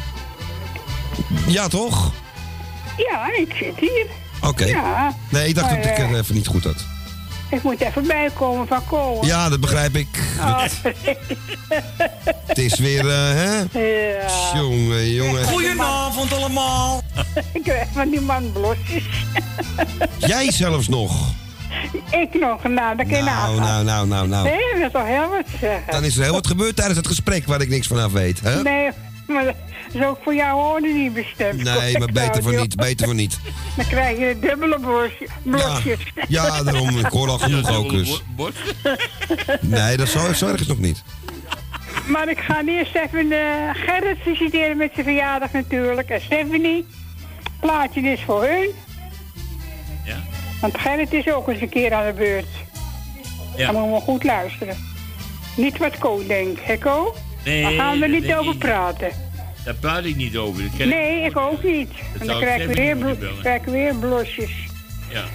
Ja, toch? Ja, ik zit hier. Oké. Ja. Nee, ik dacht Maar, dat ik er even niet goed had. Ik moet even bijkomen van Ko. Ja, dat begrijp ik. Oh. Het is weer, hè? Ja. Jongen. Goedenavond allemaal. Ik krijg van die man blosjes. Jij zelfs nog. Ik nog, nou, dat kan je nagaan. Nou. Nee, dat is toch heel wat zeggen. Dan is er heel wat gebeurd tijdens het gesprek waar ik niks van af weet, hè? Nee, maar dat is ook voor jou oren niet bestemd. Nee, maar beter voor niet. Dan krijg je dubbele blosjes. Ja, daarom, ik hoor al genoeg ook dus. Nee, dat zo erg is nog niet. Maar ik ga eerst even Gerrit visiteren met zijn verjaardag natuurlijk. En Stephanie. Plaatje is voor hun. Ja. Want Gerrit is ook eens een keer aan de beurt. Ja. Dan moeten we goed luisteren. Niet wat Ko denkt, hè Ko? Nee, daar gaan we niet dat over denk ik praten. Daar praat ik niet over. Nee, ik ook niet. En dan krijg ik weer blosjes. Ja.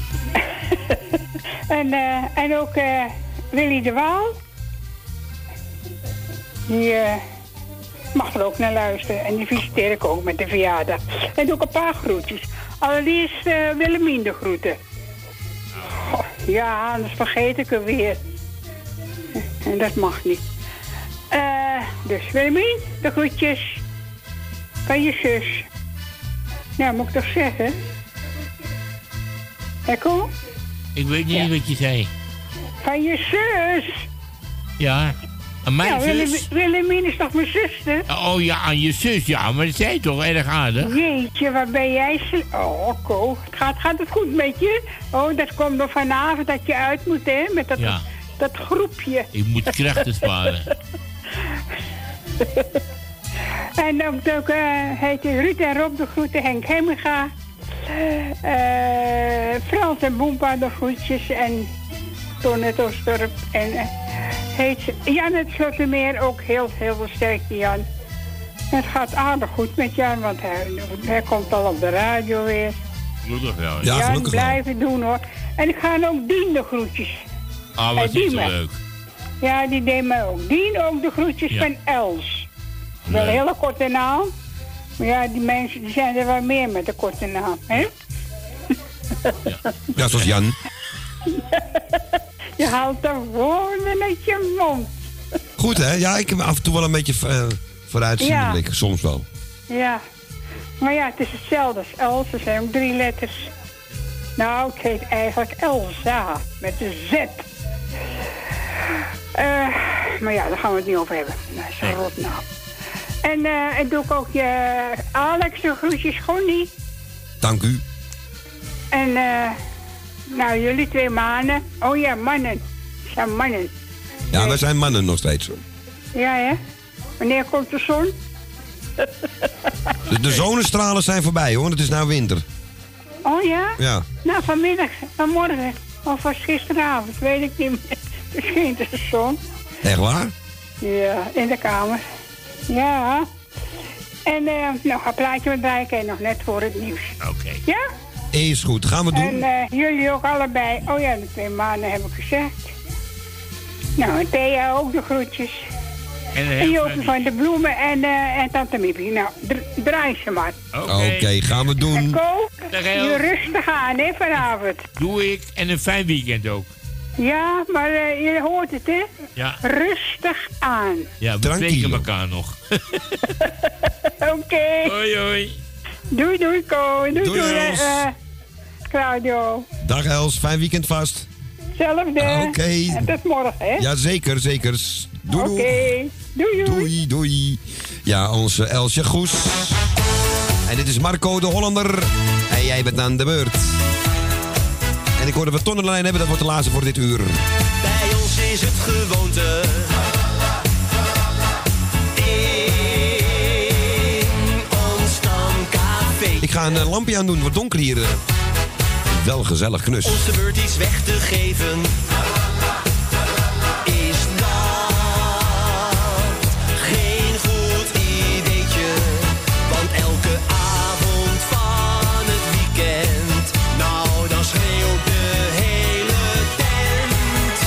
En ook Willy de Waal. Die mag er ook naar luisteren. En die visiteer ik ook met de verjaardag. En doe ook een paar groetjes. Allereerst Willemien de groeten. Oh, ja, anders vergeet ik er weer. En dat mag niet. Dus Willemien, de groetjes. Van je zus. Nou, moet ik toch zeggen? Echo? Ik weet niet wat je zei. Van je zus? Ja, aan mijn zus? Willemien is toch mijn zuster? Oh ja, aan je zus, ja, maar dat zei je toch erg aardig? Jeetje, waar ben jij? Oh, Ko, gaat het goed met je? Oh, dat komt nog vanavond dat je uit moet, hè? Met dat groepje. Ik moet krachten sparen. En ook heet Ruud en Rob de groeten, Henk Hemminga. Frans en Boempa de groetjes en Tonet Oostorp. En heet Jan het Slottermeer ook heel veel sterkte, Jan. Het gaat aardig goed met Jan, want hij komt al op de radio weer. Gelukkig wel. Ja, Jan, gelukkig blijven doen hoor. En ik ga ook Dien de groetjes. Ah, wat is zo leuk. Ja, die deed mij ook. Dien ook de groetjes van Els. Wel een hele korte naam. Maar ja, die mensen die zijn er wel meer met een korte naam, hè? Ja, zoals Jan. Je haalt de woorden uit je mond. Goed, hè? Ja, ik heb af en toe wel een beetje vooruitziende blik. Soms wel. Ja. Maar ja, het is hetzelfde als Els. Er zijn ook 3 letters. Nou, het heet eigenlijk Elsa. Met de Z. Maar ja, daar gaan we het niet over hebben. Dat is een rotnaam. En doe ik ook je Alex de groetjes, Gonnie. Dank u. En nou, jullie 2 mannen. Oh ja, mannen. Ja, mannen. Ja, wij zijn mannen nog steeds. Ja, hè? Wanneer komt de zon? De zonnestralen zijn voorbij, hoor. Het is nou winter. Oh ja? Ja. Nou, vanmorgen. Of was gisteravond, weet ik niet meer. Toen scheen de zon. Echt waar? Ja, in de kamer. Ja. En nog een plaatje met draaien nog net voor het nieuws. Oké. Ja? Is goed, gaan we doen. En jullie ook allebei. Oh ja, de 2 maanden heb ik gezegd. Nou, en Thea ook de groetjes. En Jopie van de Bloemen en Tante Miepie. Nou, draai ze maar. Oké, gaan we doen. En Ko, je rustig aan, hè, vanavond. Doe ik. En een fijn weekend ook. Ja, maar je hoort het, hè? Ja. Rustig aan. Ja, we spreken elkaar nog. Oké. Hoi, hoi. Doei, doei, Ko. Doei, Els. Claudio. Dag Els, fijn weekend vast. Hetzelfde. Oké. En tot morgen, hè? Ja, zeker, zeker. Doei, doei. Oké. Doei, doei. Doei, doei. Ja, onze Elsje Goes. En dit is Marco de Hollander. En jij bent aan de beurt. En ik hoorde we Ton alleen hebben, dat wordt de laatste voor dit uur. Bij ons is het gewoonte. In ons stamcafé. Ik ga een lampje aan doen, wordt donker hier. Wel gezellig knus. Ons de beurt iets weg te geven. Is dat geen goed ideetje? Want elke avond van het weekend, nou dan schreeuwt de hele tent.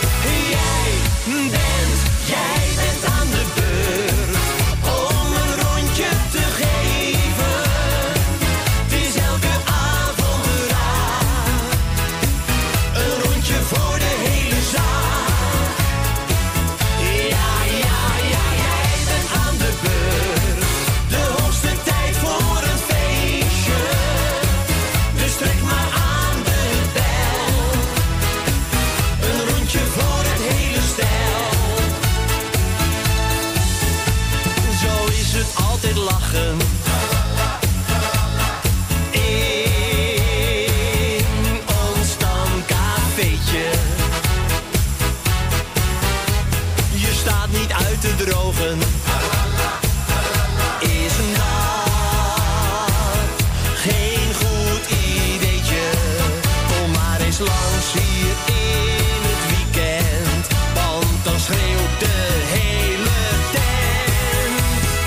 Jij bent aan de beurt om een rondje te geven. Het is elke avond raar. Een rondje voor de hele zaal. Ja, jij bent aan de beurt. De hoogste tijd voor een feestje. Dus trek maar aan de bel. Een rondje voor het hele stel. Zo is het altijd lachen. In ons stamcafeetje. Je staat niet uit te drogen. Is dat geen goed ideetje? Kom maar eens langs hier in het weekend. Want dan schreeuwt de hele tent.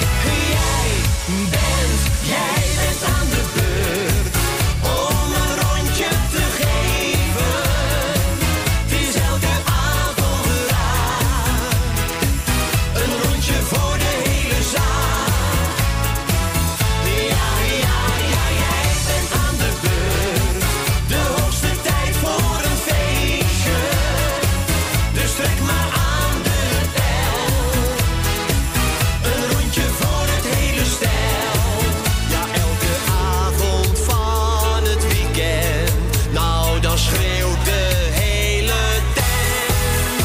Jij bent aan de beurt om een rondje te geven. Het is elke avond raar. Een rondje voor de hele zaal. Ja, jij bent aan de beurt. De hoogste tijd voor een feestje. Dus trek maar aan de bel. Een rondje voor het hele stel. Ja, elke avond van het weekend. Nou, dan schreeuwt de hele tent.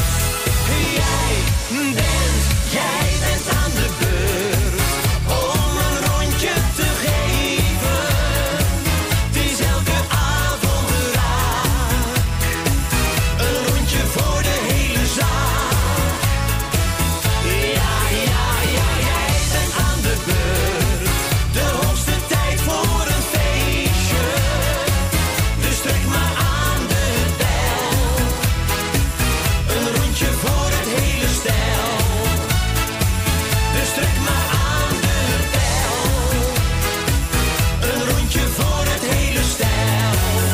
Jij bent aan de beurt om een rondje te geven. Het is elke avond raar. Een rondje voor de hele zaal. Ja, jij bent aan de beurt. De hoogste tijd voor een feestje. Dus trek maar aan de bel. Een rondje voor het hele stel. Dus trek maar aan de bel. Een rondje voor het hele stel.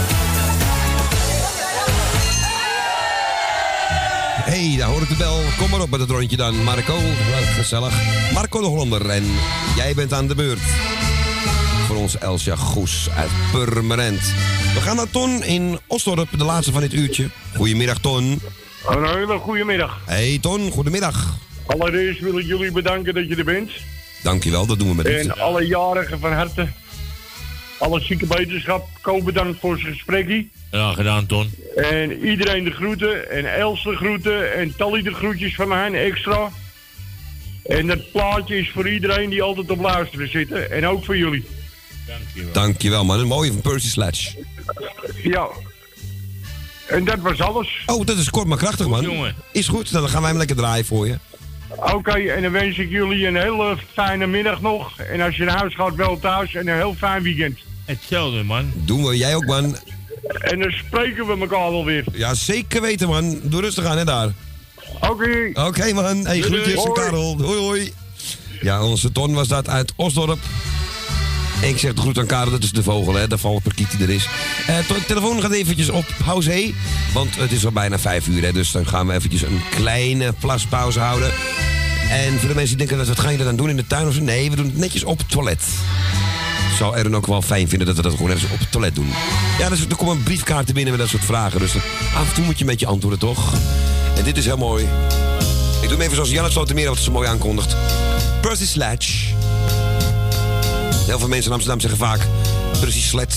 Hé, daar hoor ik de bel. Kom maar op met het rondje dan. Marco, wel gezellig. Marco de Hollander en jij bent aan de beurt. Voor ons Elsja Goes uit Purmerend. We gaan naar Ton in Osdorp, de laatste van dit uurtje. Goedemiddag, Ton. Een hele goede middag. Hey Ton, goedemiddag. Allereerst wil ik jullie bedanken dat je er bent. Dankjewel, dat doen we met liefde. En alle jarigen van harte. Alle zieke wetenschap. Ko bedankt voor zijn gesprekje. Ja, gedaan, Ton. En iedereen de groeten. En Els de groeten. En Tally de groetjes van mij extra. En dat plaatje is voor iedereen die altijd op luisteren zitten. En ook voor jullie. Dankjewel. Dankjewel man, een mooie van Percy Sledge. Ja. En dat was alles. Oh, dat is kort maar krachtig, man. Jongen. Is goed, dan gaan wij hem lekker draaien voor je. Oké, en dan wens ik jullie een hele fijne middag nog. En als je naar huis gaat, wel thuis. En een heel fijn weekend. Hetzelfde, man. Doen we, jij ook, man. En dan spreken we elkaar wel weer. Ja, zeker weten, man. Doe rustig aan, hè, daar. Oké, man. Hey, groetjes aan Karel. Hoi, hoi. Ja, onze Ton was dat uit Osdorp. En ik zeg de groet aan Karel, dat is de vogel, hè. De valperkiet die er is. De telefoon gaat eventjes op pauze, want het is al bijna 5 uur, hè. Dus dan gaan we eventjes een kleine plaspauze houden. En voor de mensen die denken, wat ga je dan doen in de tuin of zo? Nee, we doen het netjes op het toilet. Zou Aaron ook wel fijn vinden dat we dat gewoon even op het toilet doen. Ja, dus er komen briefkaarten binnen met dat soort vragen. Dus af en toe moet je een beetje antwoorden, toch? En dit is heel mooi. Ik doe hem even zoals Jan het Slotermeer wat ze mooi aankondigt. Percy Sledge. Heel veel mensen in Amsterdam zeggen vaak Percy Sledge.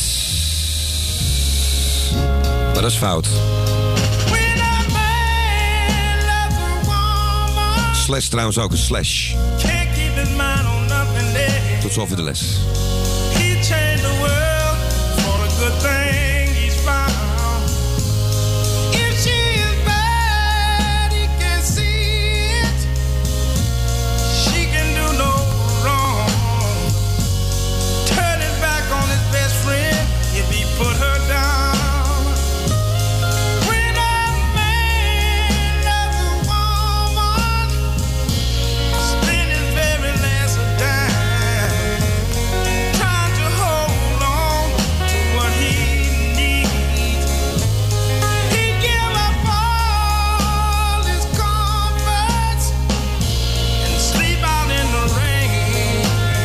Maar dat is fout. Slash trouwens ook een slash. Tot zover de les. He changed the world for a good thing he's found. If she is bad, he can see it. She can do no wrong. Turning back on his best friend if he put her down. When a man loves a woman, spend his very last dime. Trying to hold on to what he needs. He give up all his comforts and sleep out in the rain.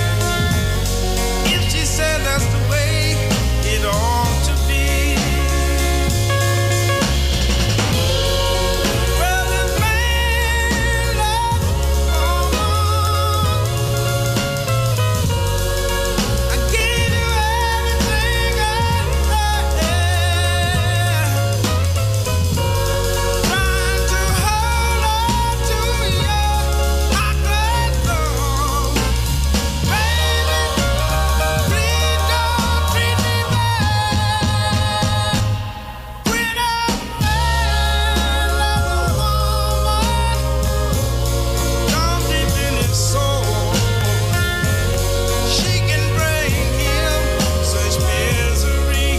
If she said that's the way it ought to be. Well, this man loves a woman. I gave you everything I had. Trying to hold on to your heartless love. Baby, please don't treat me bad. When a man loves a woman, down deep in his soul, she can bring him such misery.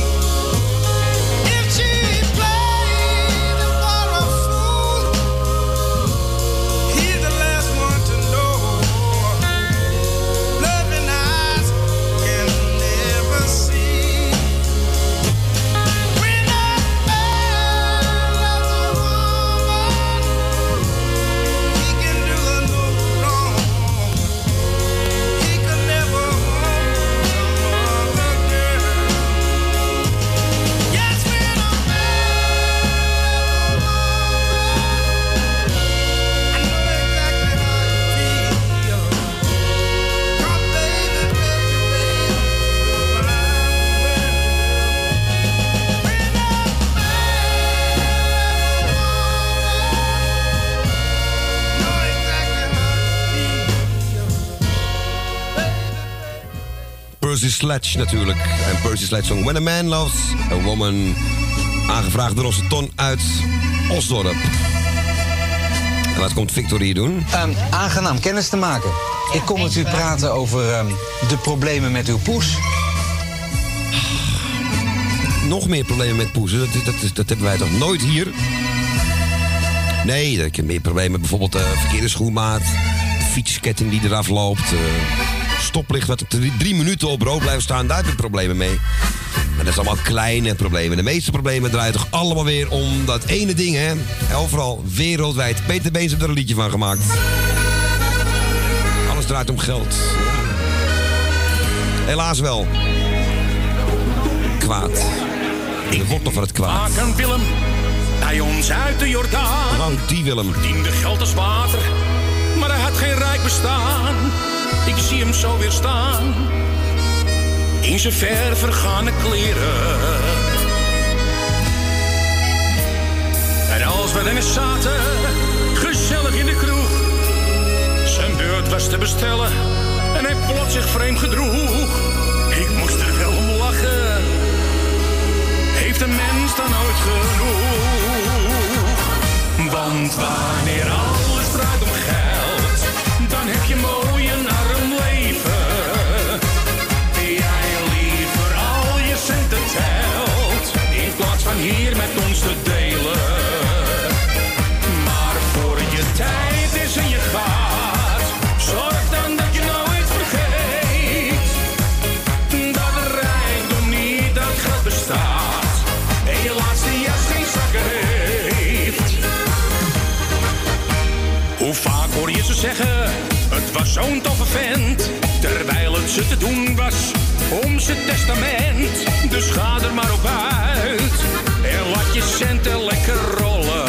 If she plays for a fool, he's the last one to know. Loving eyes can never see. When a man loves a woman, he can do her no wrong. He could never hold some other girl. Yes, when a man loves a woman, I know exactly how you feel. 'Cause baby, but I'm Percy Sledge natuurlijk. En Percy Sledge song When a Man Loves a Woman. Aangevraagd door onze Ton uit Osdorp. En wat komt Victor hier doen? Aangenaam kennis te maken. Ik kom met u praten over de problemen met uw poes. Nog meer problemen met poezen. Dat hebben wij toch nooit hier? Nee, ik heb meer problemen. Bijvoorbeeld verkeerde schoenmaat. De fietsketting die eraf loopt. Stoplicht wat op 3 minuten op rood blijft staan. Daar heb ik problemen mee. Maar dat zijn allemaal kleine problemen. De meeste problemen draaien toch allemaal weer om dat ene ding, hè? Overal wereldwijd. Peter Beens heeft er een liedje van gemaakt. Alles draait om geld. Helaas wel. Kwaad. Er wordt nog van het kwaad. Vaak een Willem bij ons uit de Jordaan. Oh, die Willem. Verdiende geld als water, maar hij had geen rijk bestaan. Ik zie hem zo weer staan, in zijn ver vergane kleren. En als we dan eens zaten, gezellig in de kroeg, zijn beurt was te bestellen en hij plots zich vreemd gedroeg. Ik moest er wel om lachen. Heeft heeft een mens dan ooit genoeg? Want wanneer alles draait om geld, dan heb je mooi een arm leven. Jij liever al je centen telt, in plaats van hier met ons te delen. Maar voor je tijd is en je gaat, zorg dan dat je nooit vergeet dat de rijkdom niet dat geld bestaat en je laatste jas geen zakken heeft. Hoe vaak hoor je ze zeggen, het was zo'n toffe vent, terwijl het ze te doen was om zijn testament. Dus ga er maar op uit en laat je centen lekker rollen.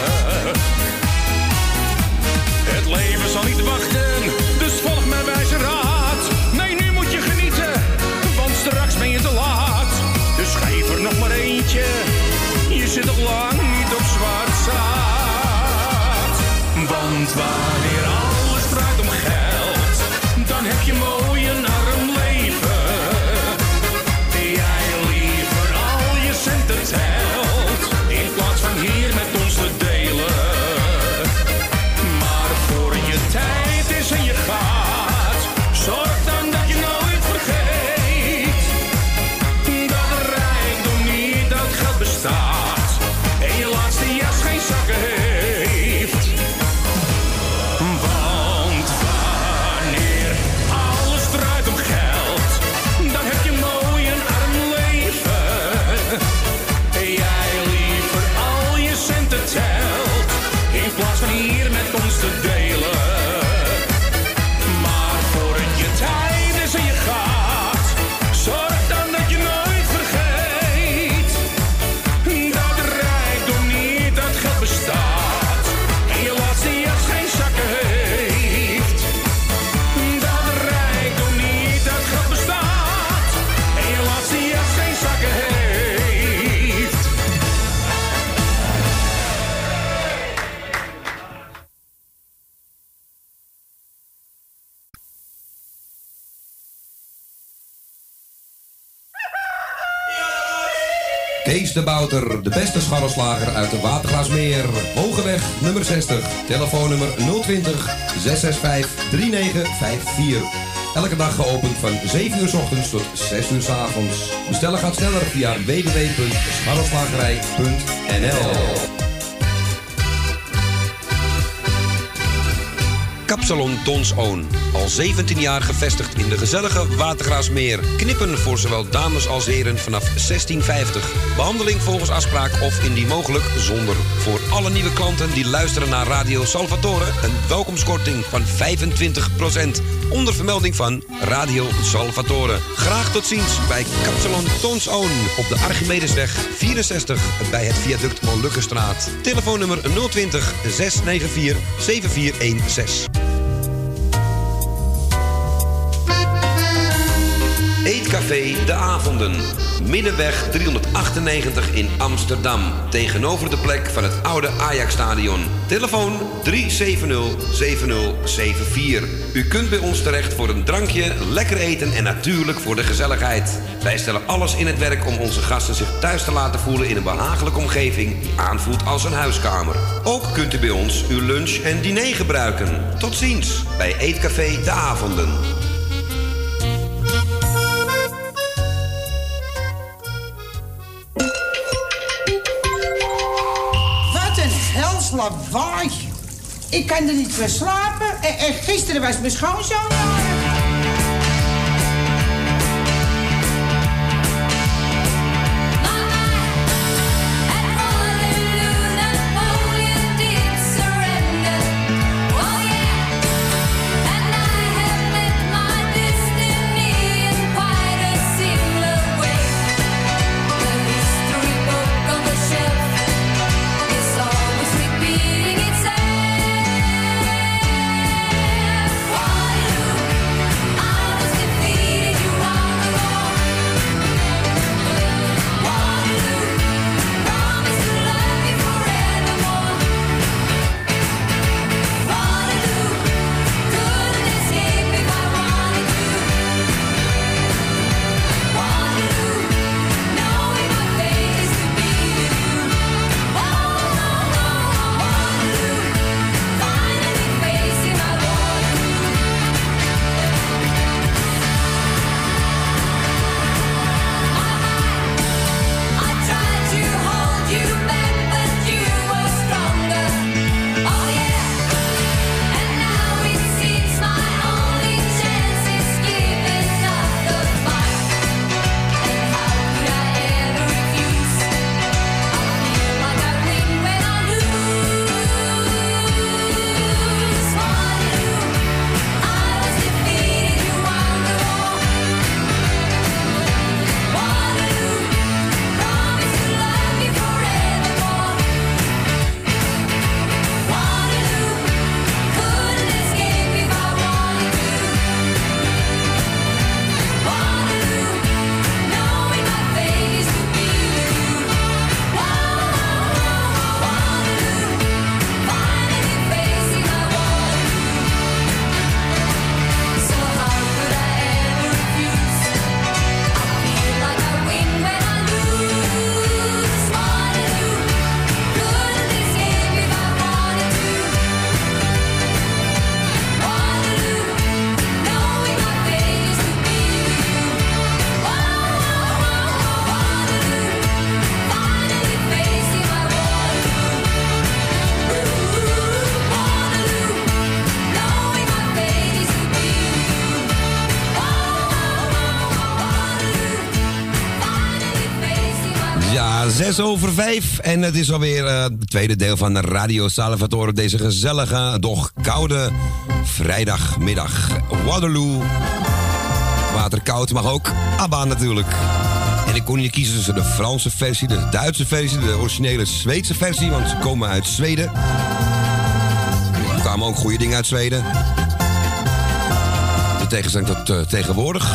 Het leven zal niet wachten, dus volg mijn wijze raad. Nee, nu moet je genieten, want straks ben je te laat. Dus geef er nog maar eentje, je zit nog lang niet op zwart zaad. Want wanneer alles draait om geld, dan heb je mooi een arm leven. Jij liever al je centen telt, in plaats van hier met ons te delen. Maar voor je tijd is en je gaat, zorg dan dat je nooit vergeet dat de rijkdom niet dat geld bestaat en je laatste jas geen zakken heeft. Want wanneer alles draait om geld, dan heb je mooi een arm leven. Jij liever al je centen telt, in plaats van hier met ons te delen. Maar voor je tijd is en je gaat, zorg dan dat je nooit vergeet dat de rijkdom niet dat geld bestaat en je laatste jas geen zakken heeft. Dat de rijkdom niet dat geld bestaat en je laatste jas geen zakken heeft. Kees de Bouter, de beste scharrelslager uit de Watergraasmeer. Hogeweg nummer 60, telefoonnummer 020 665 3954. Elke dag geopend van 7 uur 's ochtends tot 6 uur 's avonds. Bestellen gaat sneller via www.scharrelslagerij.nl. Kapsalon Tons Oon. Al 17 jaar gevestigd in de gezellige Watergraasmeer. Knippen voor zowel dames als heren vanaf 16,50. Behandeling volgens afspraak of indien mogelijk zonder. Voor alle nieuwe klanten die luisteren naar Radio Salvatore een welkomstkorting van 25%. Onder vermelding van Radio Salvatore. Graag tot ziens bij Kapsalon Tons Oon op de Archimedesweg 64 bij het viaduct Molukkenstraat. Telefoonnummer 020 694 7416. Eetcafé De Avonden. Middenweg 398 in Amsterdam. Tegenover de plek van het oude Ajax-stadion. Telefoon 370-7074. U kunt bij ons terecht voor een drankje, lekker eten en natuurlijk voor de gezelligheid. Wij stellen alles in het werk om onze gasten zich thuis te laten voelen in een behagelijke omgeving die aanvoelt als een huiskamer. Ook kunt u bij ons uw lunch en diner gebruiken. Tot ziens bij Eetcafé De Avonden. Lawaai. Ik kan er niet voor slapen. En gisteren was mijn schoonzoon. Repeating itself. 5:06. En het is alweer het tweede deel van de Radio Salvatore. Deze gezellige, doch koude vrijdagmiddag. Waterloo. Waterkoud, mag ook. ABBA natuurlijk. En ik kon niet kiezen tussen de Franse versie, de Duitse versie, de originele Zweedse versie. Want ze komen uit Zweden. Er kwamen ook goede dingen uit Zweden. De tegenstelling tot tegenwoordig.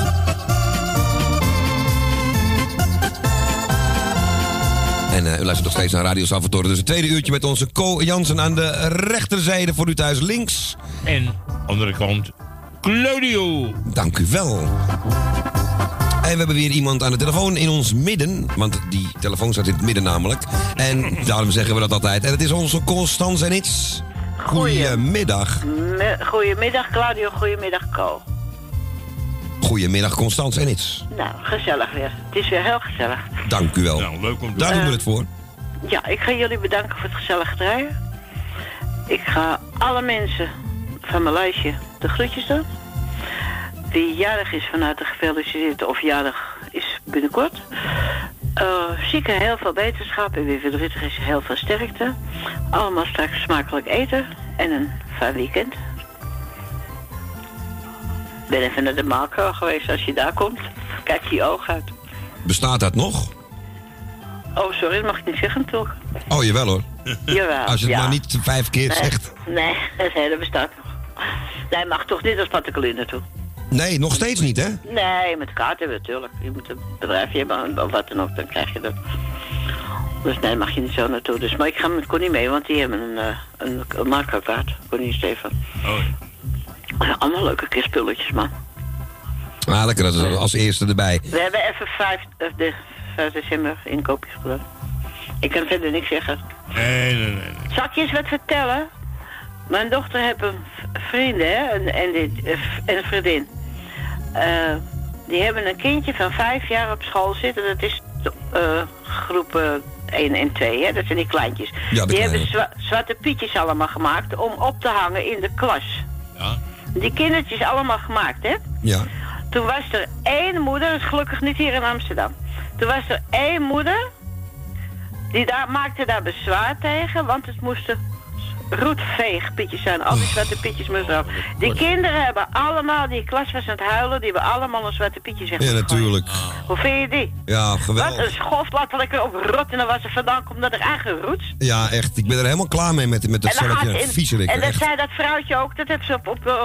En u luistert nog steeds naar Radio Salvatore. Dus het tweede uurtje met onze Co Jansen aan de rechterzijde voor u thuis links. En andere kant Claudio. Dank u wel. En we hebben weer iemand aan de telefoon in ons midden. Want die telefoon staat in het midden namelijk. En daarom zeggen we dat altijd. En het is onze Constance en Its. Goedemiddag. Goedemiddag Claudio, goedemiddag Co. Goedemiddag Constance en Its. Nou, gezellig weer. Het is weer heel gezellig. Dank u wel. Nou, leuk om te Daar doen we het voor. Ja, ik ga jullie bedanken voor het gezellig draaien. Ik ga alle mensen van mijn lijstje de groetjes doen. Wie jarig is van harte gefeliciteerd of jarig is binnenkort. Zieken heel veel beterschap en wie verdrietig is heel veel sterkte. Allemaal straks smakelijk eten en een fijn weekend. Ik ben even naar de Malco geweest. Als je daar komt, kijk je oog uit. Bestaat dat nog? Oh, sorry, dat mag ik niet zeggen natuurlijk. Oh, jawel hoor. Jawel, Als je het ja. maar niet 5 keer zegt. Nee, dat bestaat nog. Nee, mag toch niet als particulier naartoe. Nee, nog steeds niet hè? Nee, met kaart hebben we natuurlijk. Je moet een bedrijfje hebben of wat dan ook, dan krijg je dat. Dus nee, mag je niet zo naartoe. Dus, maar ik ga met Connie mee, want die hebben een Marco-kaart. Connie en Stefan. Oh ja. Ja, allemaal leuke kerstspulletjes, man. Ah, lekker, dat is als eerste erbij. We hebben even 5 december inkoopjes gedaan. Ik kan verder niks zeggen. Nee. Zal ik je eens wat vertellen? Mijn dochter heeft een vrienden, hè, en een vriendin. Die hebben een kindje van 5 jaar op school zitten. Dat is groep 1 en 2, hè. Dat zijn die kleintjes. Ja, die hebben zwarte pietjes allemaal gemaakt om op te hangen in de klas. Ja. Die kindertjes allemaal gemaakt, hè. Ja. Toen was er één moeder, dat is gelukkig niet hier in Amsterdam. Toen was er één moeder, die maakte daar bezwaar tegen, want het moesten roetveegpietjes zijn. Al die zwarte pietjes moesten af. Die kinderen hebben allemaal, die klas was aan het huilen, die hebben allemaal een zwarte pietje zeg maar. Ja, natuurlijk. Hoe vind je die? Ja, geweldig. Wat een schoft, laten lekker op rot en dan was er vandaan, komt naar de eigen roots. Ja, echt. Ik ben er helemaal klaar mee met dat stelletje viezerik. En dat echt. zei dat vrouwtje ook, dat heeft ze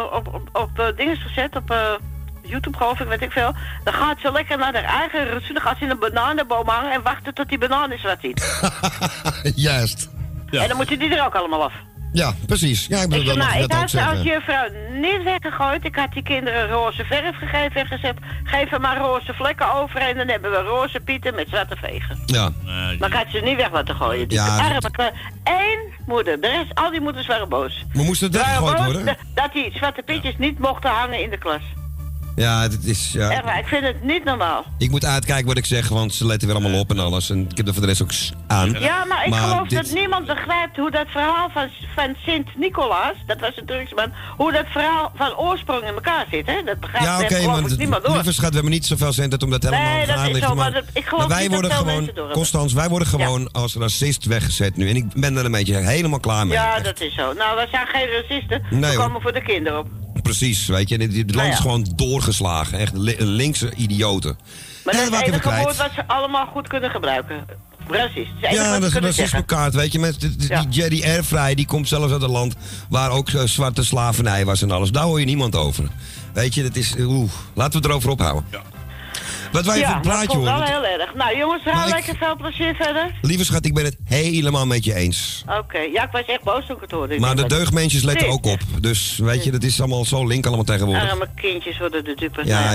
op dinges gezet, op YouTube geloof ik, weet ik veel. Dan gaat ze lekker naar haar eigen roots, dan gaat ze in een bananenboom hangen en wachten tot die banaan is wat ziet. Juist. Ja. En dan moeten die er ook allemaal af. Ja, precies. Ja, ik bedoel, dat mag je ik dat ook had ze als zeggen. juffrouw niet weggegooid. Ik had die kinderen roze verf gegeven en gezegd, geef er maar roze vlekken over en dan hebben we roze pieten met zwarte vegen. Ja. Maar ik had ze niet weg laten gooien. Die Ja, arme Eén moeder, de rest, al die moeders waren boos. Maar moest het weggegooid worden? Dat die zwarte pietjes niet mochten hangen in de klas. Ja, het is... Ja. Echt waar, ik vind het niet normaal. Ik moet uitkijken wat ik zeg, want ze letten weer allemaal op en alles. En ik heb er voor de rest ook aan. Ja, maar ik geloof dit- dat niemand begrijpt hoe dat verhaal van Sint-Nicolaas, dat was een drugsman, hoe dat verhaal van oorsprong in elkaar zit, hè? Dat begrijpt Ja, oké, geloof maar ik niemand door. lieve schat, we hebben niet zoveel centen om dat helemaal Nee, te dat gaan is liggen. zo, maar ik geloof wij niet dat worden veel gewoon, mensen door hebben. Constance, wij worden gewoon als racist weggezet nu. En ik ben er een beetje helemaal klaar mee. Ja, dat is zo. Nou, we zijn geen racisten, Nee, we hoor. komen voor de kinderen op. Precies, weet je. Dit land ja. is gewoon doorgeslagen. Echt linkse idioten. Maar dat is waar het ik enige even woord kwijt. wat ze allemaal goed kunnen gebruiken. Racist. Het enige Ja, wat dat ze is kunnen racisme zeggen. kaart, weet je. Met die Jerry Airfry, die komt zelfs uit een land waar ook zwarte slavernij was en alles. Daar hoor je niemand over. Weet je, dat is... laten we het erover ophouden. Ja. Wat wij voor een maar plaatje ik vond het horen. wel heel erg. Nou jongens, Maar ik- lekker veel plezier verder. Lieve schat, ik ben het helemaal met je eens. Oké, ja, ik was echt boos toen ik het hoorde. Ik Maar de denk dat- deugdmensjes letten Nee. ook op. Dus weet je, dat is allemaal zo link allemaal tegenwoordig. Arme kindjes worden de dupe. Ja,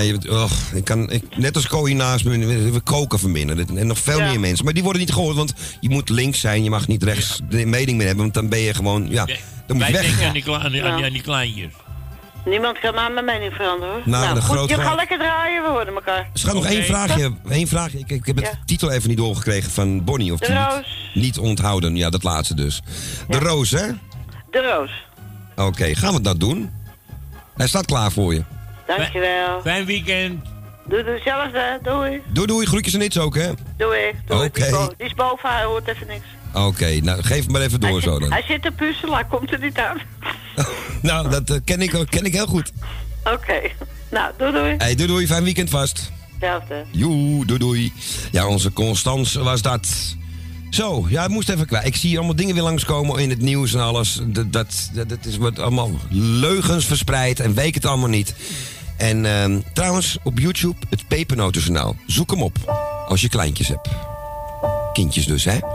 net als Kooi naast me, we koken vanmiddag. En nog veel Ja. meer mensen. Maar die worden niet gehoord, want je moet links zijn. Je mag niet rechts de mening meer hebben, want dan ben je gewoon, ja, dan moet je Wij weg. denken aan die kleintjes. Niemand kan maar mijn mening veranderen hoor. Nou, de goed, groot je gaat gelijk. lekker draaien, we horen elkaar. Er gaat nog één vraagje. Eén vraagje. Ik heb het titel even niet doorgekregen van Bonnie. Of De die Roos. niet onthouden. Ja, dat laatste dus. De Roos, hè? De Roos. Oké, gaan we dat doen? Hij staat klaar voor je. Dankjewel. Fijn weekend. Doe hetzelfde. Doei. Doei, groetjes en iets ook, hè? Doei. Oké. Die is boven, hij hoort even niks. Oké, nou geef hem maar even door zo dan. Hij zit te puzzelen, hij komt er niet aan. Nou, dat ken ik heel goed. Oké. Nou, doei. Hey, doei, fijn weekend vast. Hetzelfde. Joe, doei. Ja, onze Constance was dat. Zo, ja, ik moest even kwijt. Ik zie hier allemaal dingen weer langskomen in het nieuws en alles. Dat wordt allemaal leugens verspreid en weet het allemaal niet. En trouwens, op YouTube het Pepernotenjournaal. Zoek hem op, als je kleintjes hebt. Kindjes dus, hè?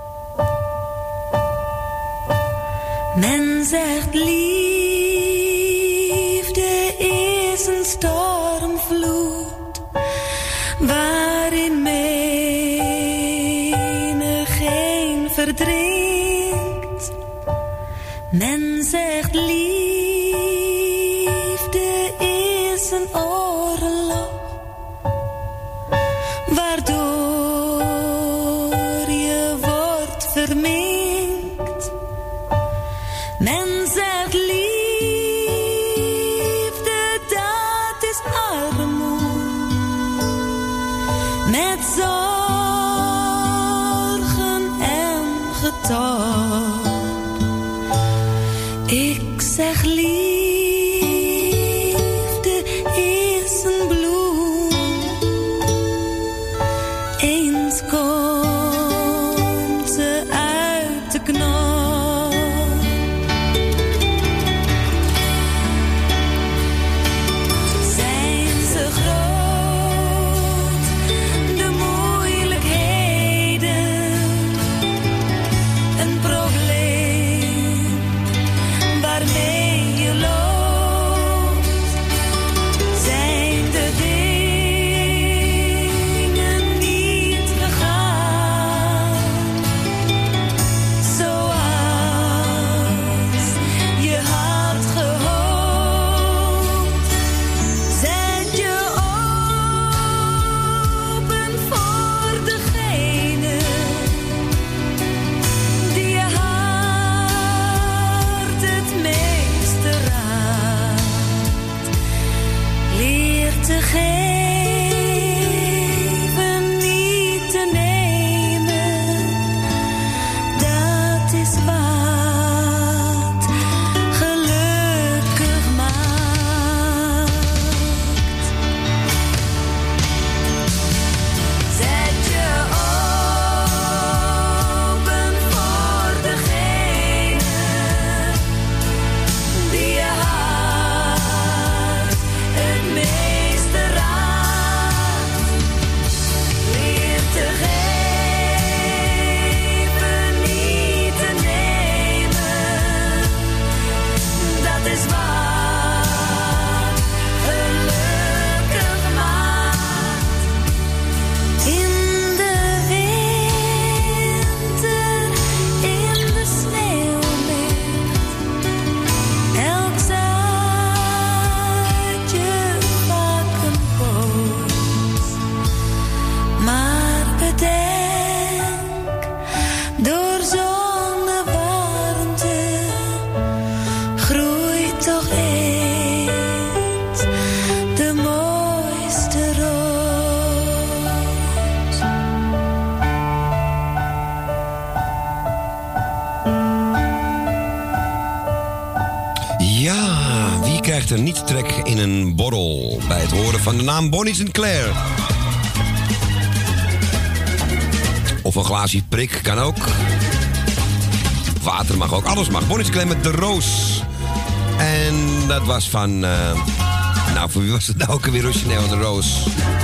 Men zegt liefde is een stormvloed, waarin menigeen verdrinkt. Men zegt liefde is een oorlog, waardoor je wordt verminkt. Men zegt liefde, dat is armoede, met zorgen en getal. Ik zeg liefde is een bloem, eens komt ze uit de knop. Er niet trek in een borrel bij het horen van de naam Bonnie Sinclair. Of een glaasje prik kan ook. Water mag ook, alles mag. Bonnie Sinclair met De Roos. En dat was van... nou, voor wie was het nou ook weer origineel, De Roos?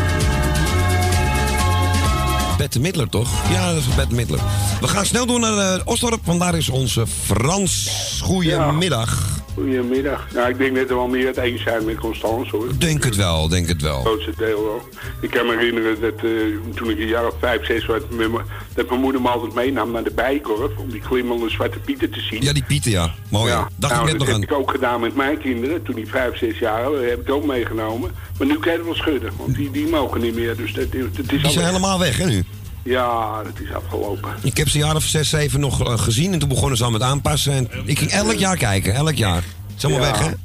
Bette Midler, toch? Ja, dat is Bette Midler. We gaan snel door naar Osdorp, want daar is onze Frans. Goedemiddag. Goedemiddag. Nou, ik denk dat we wel meer het eens zijn met Constance, hoor. Denk het wel. Het grootste deel wel. Ik kan me herinneren dat toen ik een jaar of 5, 6 was, dat mijn moeder me altijd meenam naar de Bijenkorf om die glimmende zwarte pieten te zien. Ja, die pieten, ja. Mooi. Ja. Dacht ik net nog aan. Dat heb ik ook gedaan met mijn kinderen. Toen die 5, 6 jaar waren, heb ik ook meegenomen. Maar nu kan je het wel schudden, want die mogen niet meer. Dus dat is die zijn helemaal weg, hè, nu? Ja, dat is afgelopen. Ik heb ze een jaar of 6, 7 nog gezien en toen begonnen ze al met aanpassen. En ik ging elk jaar kijken, elk jaar. Het is allemaal weg, hè?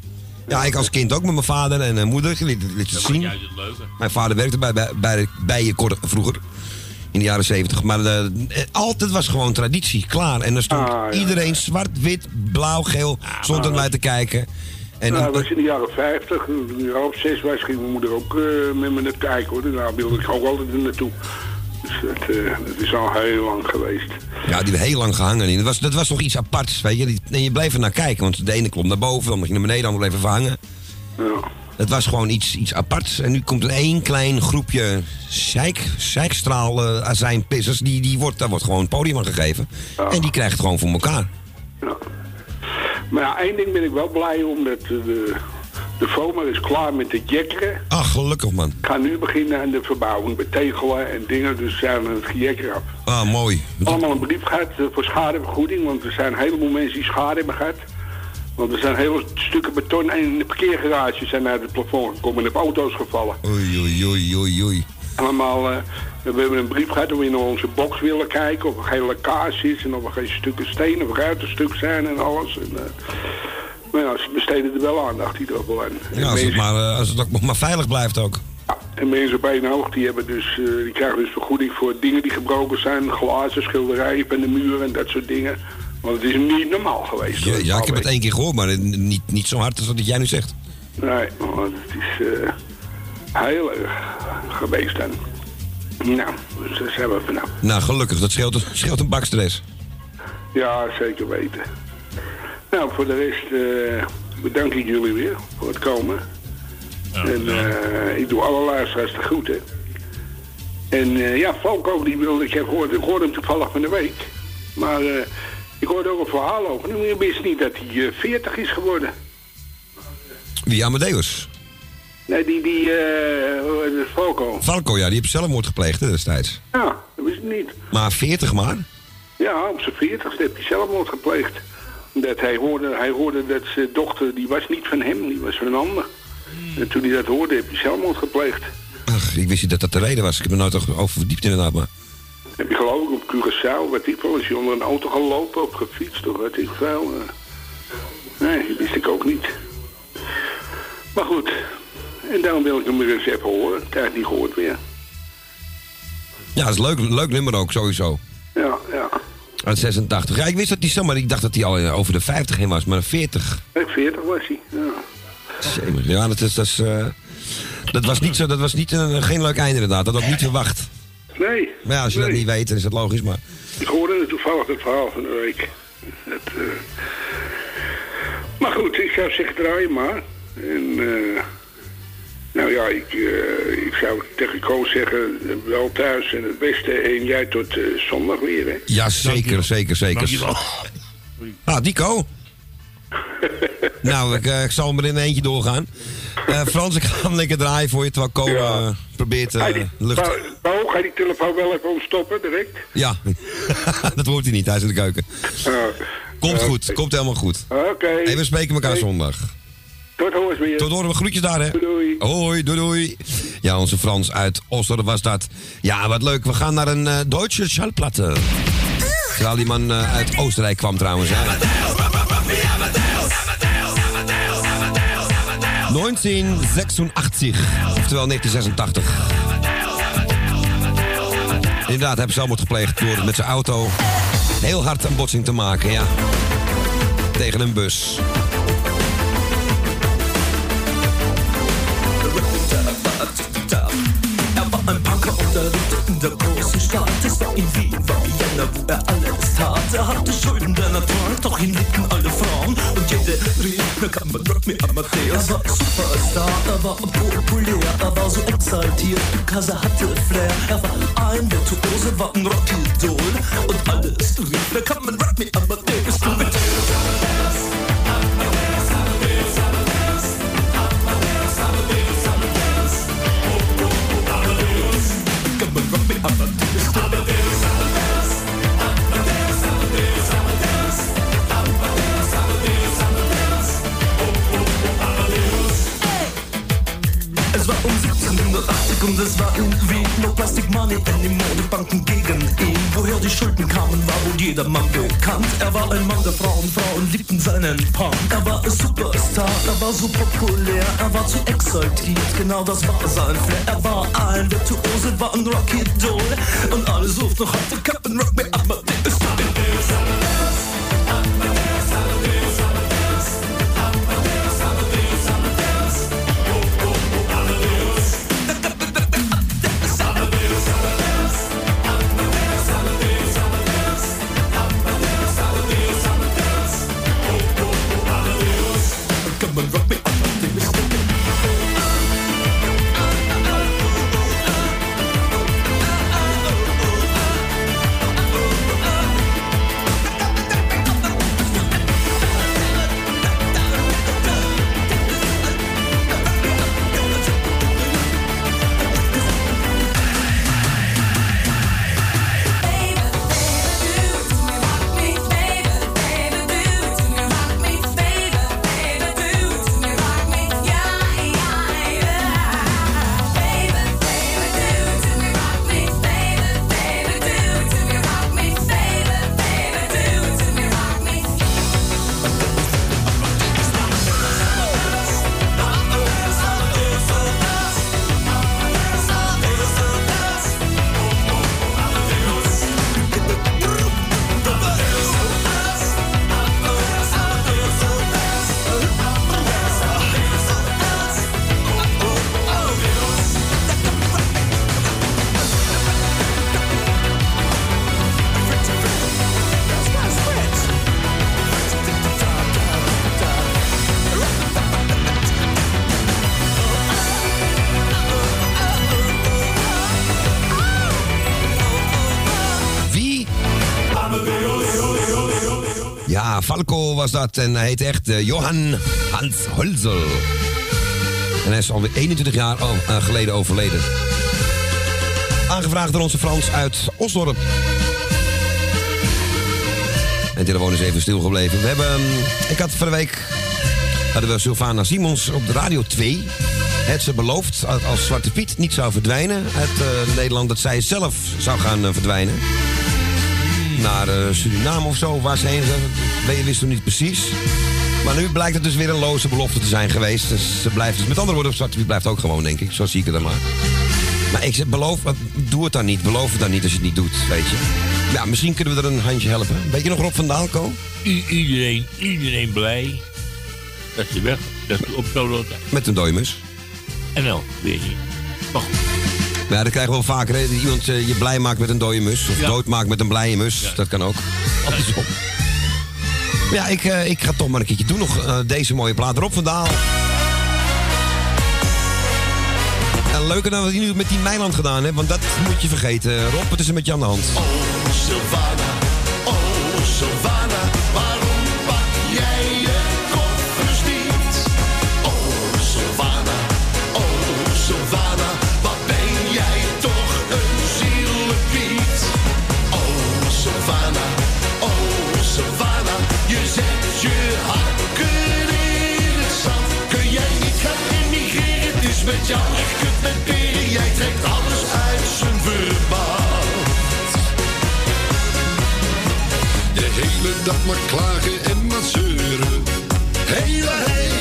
Ja, ik als kind ook met mijn vader en moeder. Liet je het zien. Juist het leuke. Mijn vader werkte bij je vroeger. In de jaren 70. Maar altijd was gewoon traditie. Klaar. En dan stond iedereen zwart, wit, blauw, geel. Stond er naar te kijken. En dat was in de jaren 50. In de jaren 6 was ging mijn moeder ook met me naar kijken, hoor. Daar wilde ik ook altijd er naartoe. Dus dat is al heel lang geweest. Ja, die hebben heel lang gehangen. Dat was toch iets aparts, weet je. En je bleef er naar kijken, want de ene klom naar boven, dan ging je naar beneden, dan bleef even hangen. Ja. Het was gewoon iets aparts. En nu komt er één klein groepje zeikstraal azijnpissers. Daar wordt gewoon een podium aan gegeven. Ja. En die krijgt het gewoon voor elkaar. Ja. Maar ja, één ding ben ik wel blij om. Dat de FOMA is klaar met de jekkeren. Ach, gelukkig man. Ik ga nu beginnen aan de verbouwing. Met tegelen en dingen. Dus zijn we het gejekker af. Ah, mooi. Allemaal een brief gehad voor schadevergoeding. Want er zijn een heleboel mensen die schade hebben gehad. Want er zijn hele stukken beton en in de parkeergarages zijn uit het plafond gekomen en op auto's gevallen. Oei. Allemaal, we hebben een brief gehad dat we in onze box willen kijken of er geen lekkage is en of er geen stukken steen of ruitenstuk zijn en alles. En, maar ja, ze besteden er wel aandacht die er wel aan. Ja, als het ook maar veilig blijft ook. Ja, en mensen op één hoog, die krijgen dus vergoeding voor dingen die gebroken zijn, glazen, schilderijen van de muur en dat soort dingen. Want het is niet normaal geweest. Ja, ik heb het 1 keer gehoord, maar niet zo hard als wat jij nu zegt. Nee, want het is heel erg geweest dan. Nou, dus dat zijn we vanaf. Nou, gelukkig. Dat scheelt een bak stress. Ja, zeker weten. Nou, voor de rest bedank ik jullie weer voor het komen. Ja, en ik doe alle luisteraars de groeten. En ja, Falk ook, die wilde, ik hoorde hem toevallig van de week. Maar ik hoorde ook een verhaal over. Nu wist niet dat hij 40 is geworden. Wie, Amadeus? Nee, Falco. Falco, ja, die heeft zelfmoord gepleegd destijds. Ja, dat wist ik niet. Maar 40 maar? Ja, op zijn 40ste heeft hij zelfmoord gepleegd. Dat hij hoorde dat zijn dochter, die was niet van hem, die was van een ander. En toen hij dat hoorde, heeft hij zelfmoord gepleegd. Ach, ik wist niet dat dat de reden was. Ik heb er nooit over verdiept inderdaad, maar... Heb je geloof ik op Curaçao, wat ik wel, is hij onder een auto gelopen of gefietst of wat ik veel. Nee, dat wist ik ook niet. Maar goed, en daarom wil ik hem weer eens even horen. Tijd niet gehoord weer. Ja, dat is een leuk nummer ook, sowieso. Ja. Uit 86. Ja, ik wist dat hij zo, maar ik dacht dat hij al over de 50 heen was, maar 40. Nee, 40 was hij, ja. Ja, dat was niet zo, dat was niet geen leuk einde inderdaad. Dat had ik niet verwacht. Nee. Maar ja, als je dat niet weet, dan is dat logisch, maar... Ik hoorde toevallig het verhaal van de week. Maar goed, ik zou zeggen, draai maar. En, nou ja, ik zou tegen Koos zeggen, wel thuis en het beste. En jij tot zondag weer, hè? Ja, zeker. Ah, Dico. Nou, ik zal hem er in eentje doorgaan. Frans, ik ga hem lekker draaien voor je, terwijl Ko probeert lucht... Ga je die telefoon wel even ontstoppen, direct? Ja, dat hoort hij niet, hij is in de keuken. Komt goed, komt helemaal goed. Oké. En we spreken elkaar zondag. Tot horen weer. Tot horen we, groetjes daar, hè. Doei. Hoi, doei. Ja, onze Frans uit Oslo was dat. Ja, wat leuk, we gaan naar een Duitse Schallplatte. Terwijl die man uit Oostenrijk kwam trouwens, hè. 1986, oftewel 1986. Inderdaad, hebben ze zelfmoord gepleegd door met zijn auto heel hard een botsing te maken, ja. Tegen een bus. Ein Punker unterricht in der großen Stadt. Es war in Wien, war Vienna, wo alles tat. Hatte Schulden der Natur, doch ihn liebten alle Frauen. Und jede rief, na kann man Rock me Amadeus. War Superstar, war populär, war so exaltiert, Kasa hatte Flair. War ein Virtuose, war ein Rockidol. Und alles rief, na kann man Rock me Amadeus. Es war um 1780 und es war in Wien. no plastic money anymore, die Banken gegen ihn. Woher die Schulden kamen, war wohl jedermann bekannt. Er war ein Mann der Frauen, Frauen liebten seinen Punk. Er war ein Superstar, er war so populär, er war zu exaltiert, genau das war sein Flair. Er war ein Virtuose, war ein Rocky-Doll und alle suchten noch heute Captain Rock, me Amadeus. Ja, Falco was dat en hij heet echt Johann Hans Holzel. En hij is alweer 21 jaar geleden overleden. Aangevraagd door onze Frans uit Osdorp. En de telefoon is even stilgebleven. Ik had van de week, hadden we Sylvana Simons op de Radio 2. Het ze beloofd als Zwarte Piet niet zou verdwijnen uit Nederland, dat zij zelf zou gaan verdwijnen. Naar Suriname of zo, waar ze heen zijn, wist toen niet precies. Maar nu blijkt het dus weer een loze belofte te zijn geweest. Dus ze blijft dus, met andere woorden, Zwarte Piet blijft ook gewoon, denk ik. Zo zie ik het dan maar. Maar ik zeg, doe het dan niet. Beloof het dan niet als je het niet doet, weet je. Ja, misschien kunnen we er een handje helpen. Weet je nog Rob van Daalko? Iedereen blij dat ze weg, dat ze op solo zijn. Met een dode mus. En wel, weet je. Maar goed. Ja, dat krijgen we wel vaker. Hè? Iemand je blij maakt met een dode mus. Of dood maakt met een blije mus. Ja. Dat kan ook. Andersom. Ja, ik ga toch maar een keertje doen nog deze mooie plaat. Rob van Daal. En leuker dan wat hij nu met die Meiland gedaan heeft. Want dat moet je vergeten. Rob, wat is er met je aan de hand? Oh, Sylvana. Oh, Sylvana. Waarom pak jij je koffers niet? Oh, Sylvana. Oh, Sylvana. Met jou echt kut met peren, jij trekt alles uit zijn verband. De hele dag maar klagen en maar zeuren. Hele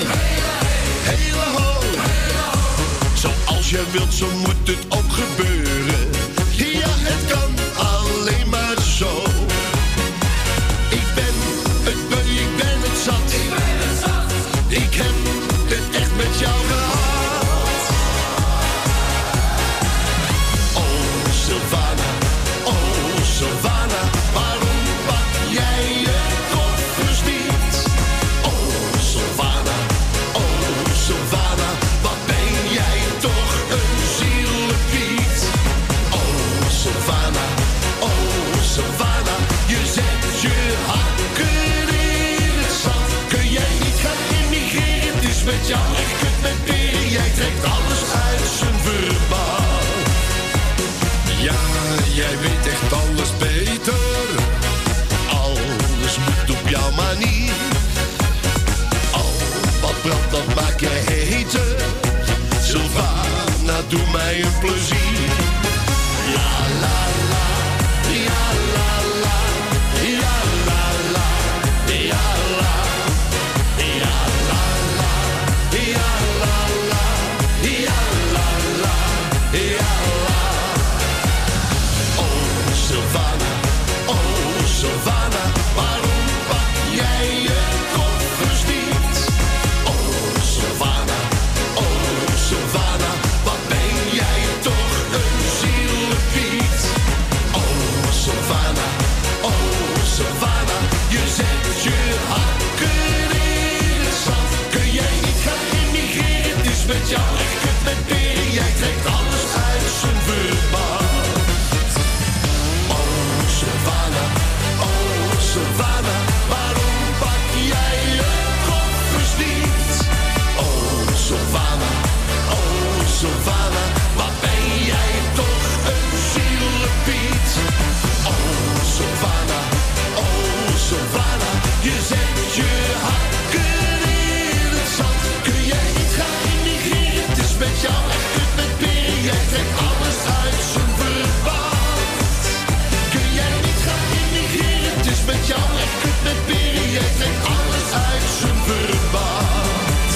ho. Zoals jij wilt, zo moet het ook gebeuren. Ja, het kan alleen maar zo. Ik ben het beu, ik ben het zat. Ik heb het echt met jou gehad. Sylvana, waarom pak jij je koffers niet? Oh, Sylvana, wat ben jij toch een zielepiet? Oh, Sylvana, je zet je hakken in het zand. Kun jij niet gaan immigreren? Het is met jou echt kut met peren. Jij trekt alles uit zijn verband. Ja, jij weet echt alles beter. Alles moet op jouw manier. Al wat brandt, dat maak jij heter. Sylvana, doe mij een plezier. met jou echt kut met peren. Jij trekt alles uit zijn verband. Oh, Savannah, waarom pak jij je koffers niet? Oh, Savannah, wat ben jij toch een zielepiet? Oh, Savannah, je zet je hakken in het zand. Kun jij niet gaan immigreren? Het is met jou echt kut met peren. Jij trekt alles uit zijn verband. Kun jij niet gaan immigreren? Het is met jou echt kut met peren. Jij trekt alles uit zijn verband.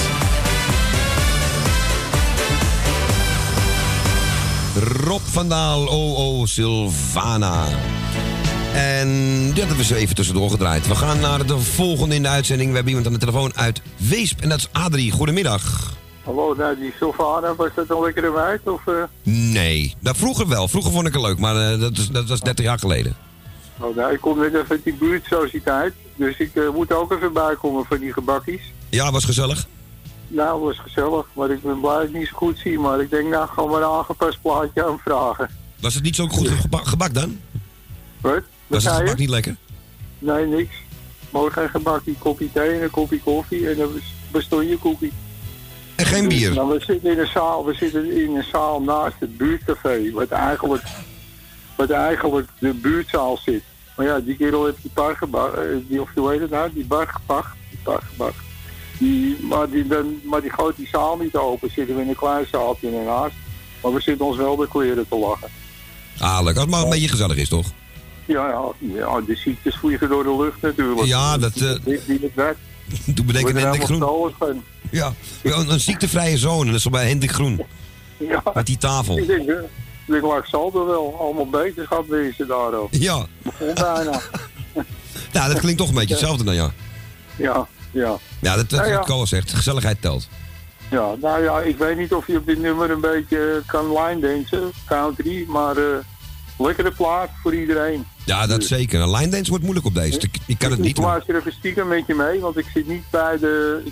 Rob van Daal, oh Sylvana. En dit hebben we zo even tussendoor gedraaid. We gaan naar de volgende in de uitzending. We hebben iemand aan de telefoon uit Weesp en dat is Adrie. Goedemiddag. Hallo, nou die Sylvana, was dat een lekkere meid? Of, Nee, dat vroeger wel. Vroeger vond ik het leuk, maar dat was 30 jaar geleden. Oh, nou, ik kom net even uit die buurtsociëteit, dus ik moet ook even bijkomen van die gebakkies. Ja, was gezellig. Nou, was gezellig, maar ik ben blij dat ik niet zo goed zie, maar ik denk nou, gewoon maar een aangepast plaatje aanvragen. Was het niet zo goed gebak dan? Wat? Was het gebak niet lekker? Nee, niks. Maar geen gebakje, kopje thee en een kopje koffie en een bestonjekoekie. En geen bier? Nou, we zitten in een zaal naast het buurtcafé, wat eigenlijk de buurtzaal zit. Maar ja, die kerel heeft die bar gebracht, die bar gepacht. Maar die gooit die zaal niet open, zitten we in een klein zaaltje ernaast. Maar we zitten ons wel de kleren te lachen. Ah, leuk. Als het maar een beetje gezellig is, toch? Ja, de ziektes vliegen door de lucht natuurlijk. Ja, dat... Toen bedenk ik aan Hendrik Groen. Ja, een ziektevrije zoon, en dat is al bij Hendrik Groen. Ja. Met die tafel. Ik denk ik zal er wel allemaal beterschap wezen daar ook. Ja. Bijna. Ja, dat klinkt toch een beetje hetzelfde dan, ja. Ja. Ja, dat is wat Kool zegt. Gezelligheid telt. Ja, nou ja, ik weet niet of je op dit nummer een beetje kan line dansen, country, maar lekkere plaat voor iedereen. Ja, dat zeker. Een line dance wordt moeilijk op deze. Ik kan het niet. Ik luister even stiekem met je mee, want ik zit niet bij de...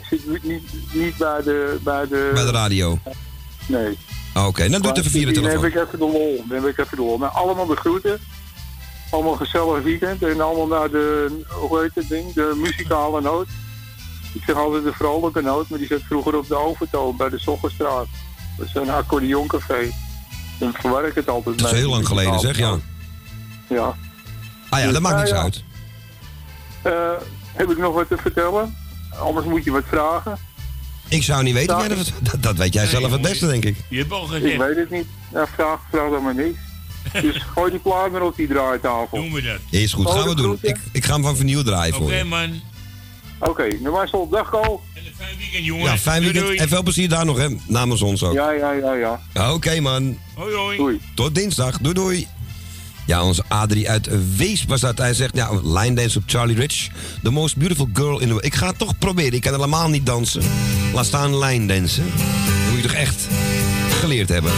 Bij de radio? Nee. Oké, dan doe het even via de telefoon. Dan heb ik even de lol. Nou, allemaal de groeten. Allemaal gezellig weekend. En allemaal naar de, hoe heet het ding? De muzikale noot. Ik zeg altijd de vrolijke noot, maar die zat vroeger op de Overtoon bij de Soggenstraat. Dat is een accordeoncafé. Dan verwerk ik het altijd. Dat is heel lang geleden, zeg, ja. Ja. Ah ja, dat maakt niks uit. Heb ik nog wat te vertellen? Anders moet je wat vragen. Ik zou niet weten. Dat weet jij zelf het beste, denk ik. Je hebt al gezegd. Ik weet het niet. Ja, vraag dan maar niks. Dus gooi die plaat maar op die draaitafel. Doen we dat. Is goed, gaan we doen. Ik ga hem van vernieuw draaien voor je. Oké, man. Oké, nou maar op dag Kool. En een fijn weekend, jongen. Ja, fijn weekend. Doei. En veel plezier daar nog, hè. Namens ons ook. Ja. Oké, man. Doei. Tot dinsdag. Doei. Ja, onze Adrie uit Weesp was dat. Hij zegt, ja, line dance op Charlie Rich. The most beautiful girl in the world. Ik ga het toch proberen. Ik kan helemaal niet dansen. Laat staan line dansen. Dat moet je toch echt geleerd hebben.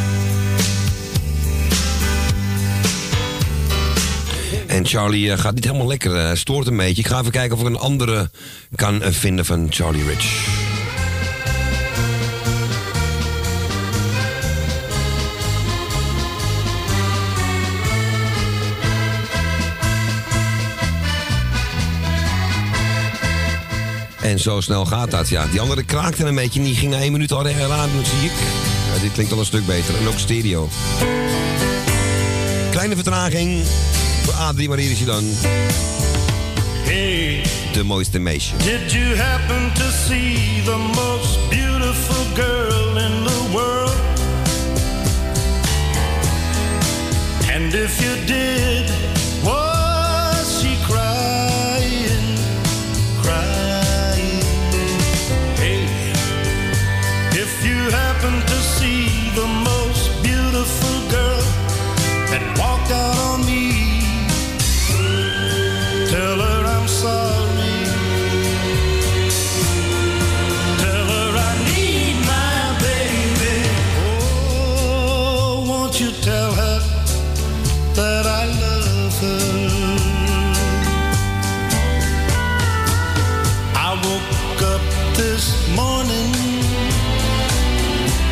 En Charlie gaat niet helemaal lekker. Stoort een beetje. Ik ga even kijken of ik een andere kan vinden van Charlie Rich. En zo snel gaat dat, ja. Die andere kraakte een beetje en die ging na 1 minuut al eraan doen, zie ik. Ja, dit klinkt al een stuk beter. En ook stereo. Kleine vertraging voor Adrie, maar hier is hij dan. Hey, de mooiste meisje. did you happen to see the most beautiful girl in the world? And if you did, was she crying? Hey, if you happen to see the most beautiful girl that walked out on me, tell her I'm sorry. Tell her I need my baby. Oh, won't you tell her that I love her? I woke up this morning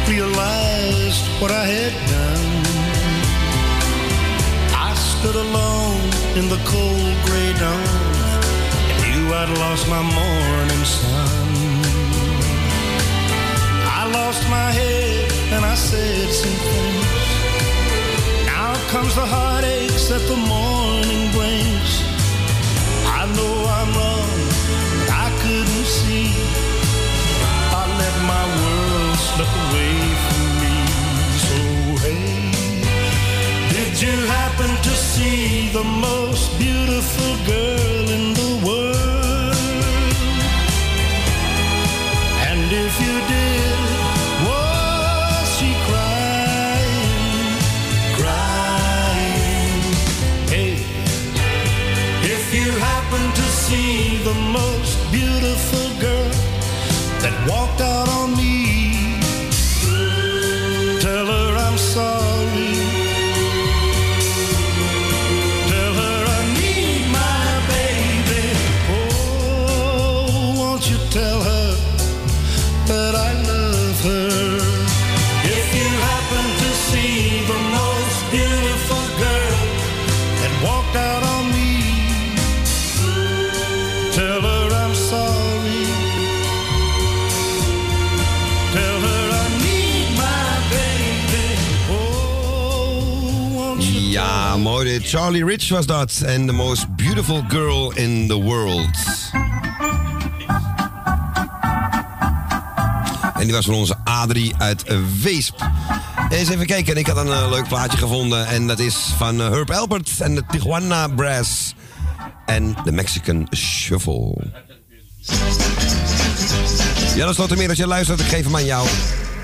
realized what I had done. I stood alone in the cold gray dawn and knew I'd lost my morning sun. I lost my head and I said some things. Now comes the heartaches that the morning brings. I know I'm wrong, but I couldn't see. I let my world slip away from me. So hey, did you happen to see the most beautiful girl in the world? And if you did, was she crying, crying? Hey, if you happen to see the most beautiful girl that walked out on me, tell her I'm sorry. Tell her I need my baby. Oh, won't you tell her that I love her? If you happen to see the most beautiful girl that walked out on me, tell her I'm sorry. Tell her I need my baby. Oh, won't you Ja, mooi dit. Charlie Rich was dat. En The Most Beautiful Girl in the World. En die was van onze Adrie uit Weesp. Eens even kijken. Ik had een leuk plaatje gevonden. En dat is van Herb Alpert en de Tijuana Brass. En de Mexican Shuffle. Ja, dat er meer als je luistert. Ik geef hem aan jou.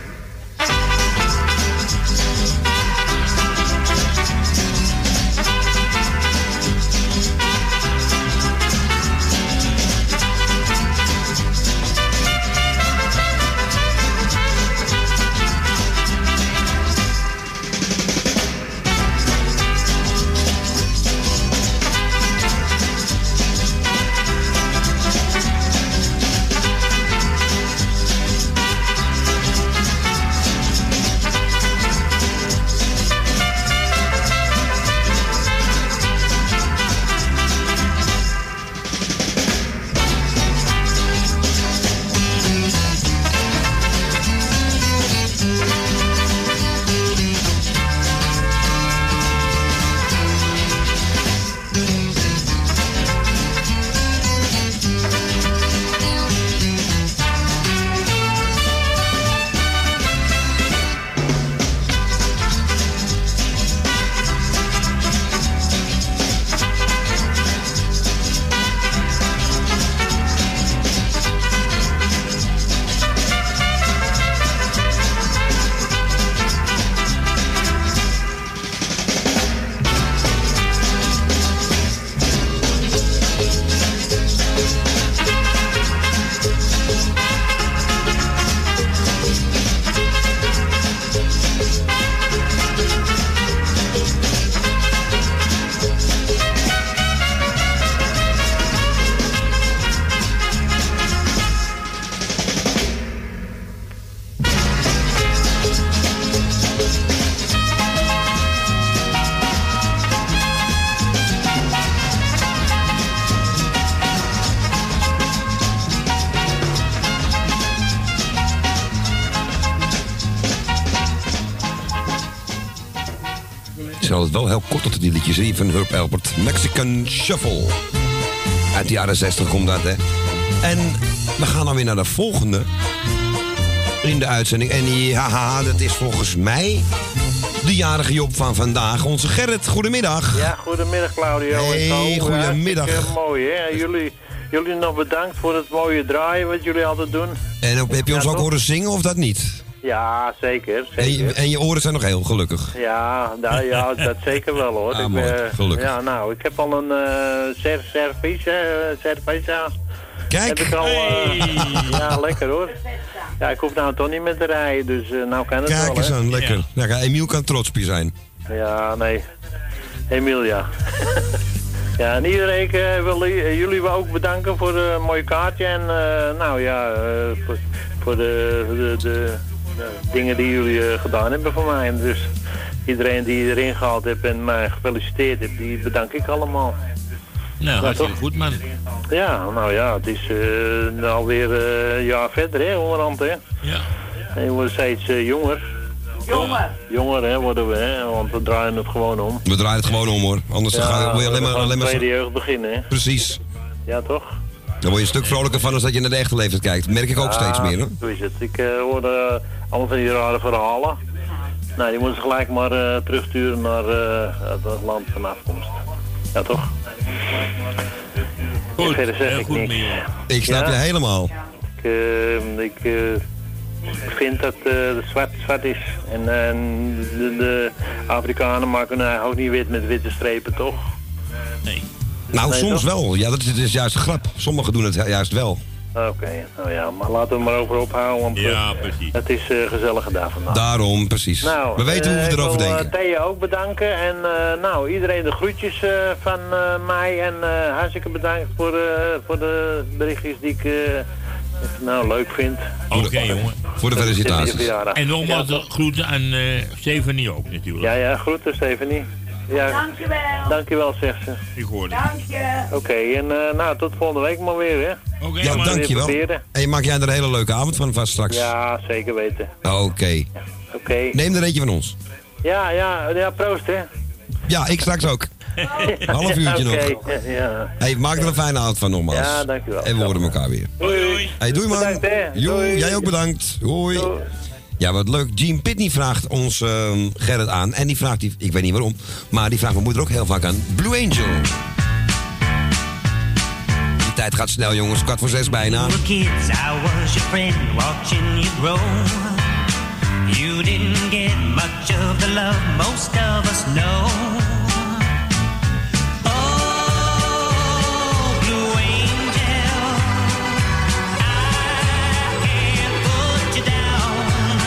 Het wel heel kort tot die liedjes hier van Herb Alpert. Mexican Shuffle. Uit de jaren 60 komt dat, hè. En we gaan dan weer naar de volgende in de uitzending. En ja, dat is volgens mij de jarige Job van vandaag. Onze Gerrit, goedemiddag. Ja, goedemiddag Claudio. Hey, goedemiddag. Mooi, hè. Jullie nog bedankt voor het mooie draaien wat jullie altijd doen. En heb je ons ook horen zingen of dat niet? Ja, zeker. En je oren zijn nog heel gelukkig. Ja, dat zeker wel hoor. Ah, mooi, gelukkig. Ja, nou, ik heb al een cerveza. Kijk! Heb ik al, ja, lekker hoor. Ja, ik hoef nou toch niet meer te rijden, dus nou kan het wel. Kijk eens aan, lekker. Ja. Ja, Emiel kan trots op je zijn. Ja, nee. Emiel, ja. Ja, en iedereen wil jullie ook bedanken voor het mooie kaartje. En nou ja, voor de dingen die jullie gedaan hebben voor mij. En dus iedereen die erin gehaald heeft en mij gefeliciteerd heeft, die bedank ik allemaal. Nou, hartstikke goed, man. Ja, nou ja, het is alweer een jaar verder, hè, onderhand, hè. Ja. En je wordt steeds jonger. Jonger, hè, worden we, hè, want we draaien het gewoon om. We draaien het gewoon om, hoor. Anders ga je alleen maar... tweede jeugd beginnen, hè. Precies. Ja, toch? Daar word je een stuk vrolijker van als dat je naar de echte leeftijd kijkt. Dat merk ik ook steeds meer, hoor. Zo is het. Ik hoorde allemaal van die rare verhalen. Nou, die moeten ze gelijk maar terugsturen naar het land van afkomst. Ja, toch? Goed, verder zeg ik goed niks. Ik snap je helemaal. Ik vind dat het zwart is. En de Afrikanen maken hun ook niet wit met witte strepen, toch? Nee. Nou, Nee, soms toch? wel. Ja, dat is juist een grap. Sommigen doen het juist wel. Oké, nou ja, maar laten we het maar over ophouden, want Ja, precies. het is gezellige dag vandaag. Daarom, precies. Nou, we weten hoe we erover ik wil denken. Thea ook bedanken en nou, iedereen de groetjes van mij en hartstikke bedankt voor de berichtjes die ik nou leuk vind. Oké, jongen. Voor de felicitaties. En nogmaals de groeten aan Stephanie ook natuurlijk. Ja, groeten Stephanie. Ja, dankjewel, zegt ze. Ik hoorde. Dank je. Oké, en nou, tot volgende week maar weer, hè. Oké, Ja, dankjewel. En maak jij er een hele leuke avond van vast straks? Ja, zeker weten. Oké. Neem er eentje van ons. Ja, proost, hè. Ja, ik straks ook. Een half uurtje nog. Ja. Hey, maak er een fijne avond van nogmaals. Ja, dankjewel. En we horen elkaar weer. Doei. Hey, doei man. Bedankt, hè. Doei. Jij ook bedankt. Hoi. Ja, wat leuk. Gene Pitney vraagt ons Gerrit aan. En die vraagt, ik weet niet waarom, maar die vraagt mijn moeder ook heel vaak aan. Blue Angel. Die tijd gaat snel, jongens. 5:15 bijna. We were kids, I was your friend, watching you grow. You didn't get much of the love most of us know. Oh, Blue Angel, I can't put you down.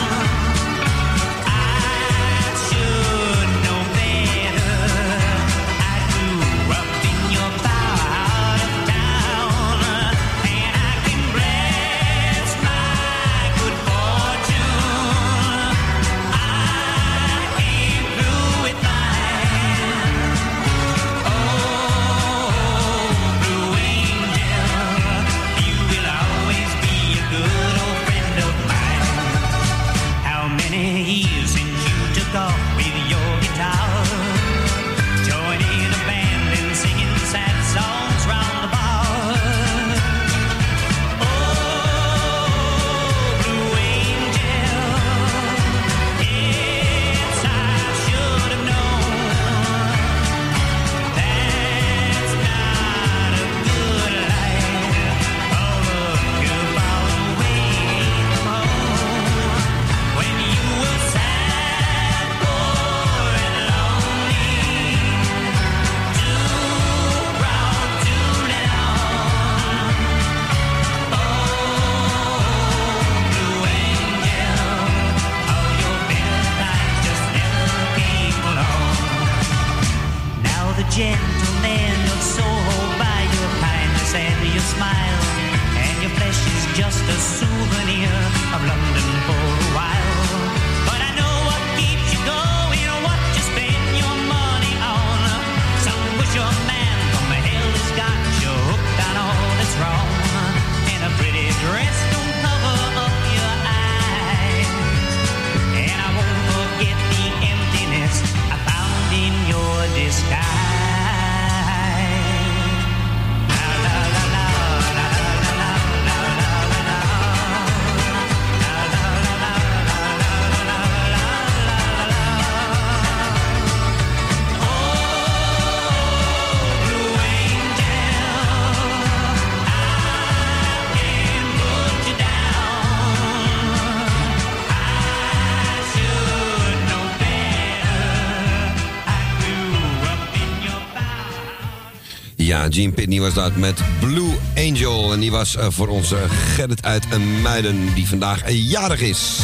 I should know better. I grew up in your part of town, and I can bless my good fortune. I came through with mine. Oh, Blue Angel, you will always be a good old friend of mine. How many years since you took off with your guitar, joining a band and singing sad songs round the bar? Oh, Blue Angel, yes, I should have known. That's not a good life. All of you fall away from home when you were sad, poor and lonely, too proud to let on. Oh, Blue Angel, all your better times just never came along. Now the gentlemen of Soho buy your kindness and your smile, and your flesh is just a souvenir of London for a while. But I know what keeps you going, what you spend your money on. Some pusher man from hell has got you hooked on all that's wrong, and a pretty dress don't cover up your eyes. And I won't forget the emptiness I found in your disguise. La la la la, la la la la, la la la la. Oh, Blue Angel, I can't put you down. I should know better. I grew up in your Ja, Gene Pitney was dat met Blue Angel. En die was voor onze Gerrit uit Muiden, die vandaag jarig is.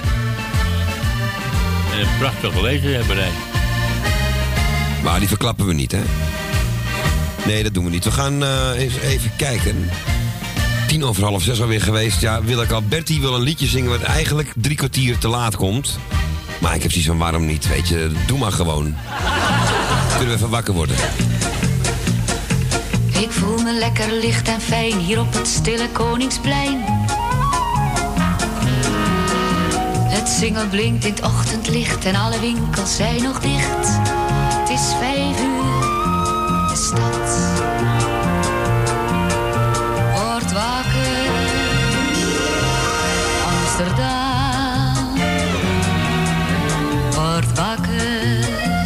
En een prachtige lezenhebberij. Maar die verklappen we niet, hè? Nee, dat doen we niet. We gaan eens even kijken. 5:10 alweer geweest. Ja, Willeke Alberti wil een liedje zingen wat eigenlijk 3 kwartier te laat komt. Maar ik heb zoiets van, waarom niet, weet je. Doe maar gewoon. Kunnen we even wakker worden. Ik voel me lekker licht en fijn hier op het stille Koningsplein. Het singel blinkt in het ochtendlicht en alle winkels zijn nog dicht. Het is 5 uur, de stad wordt wakker. Amsterdam wordt wakker.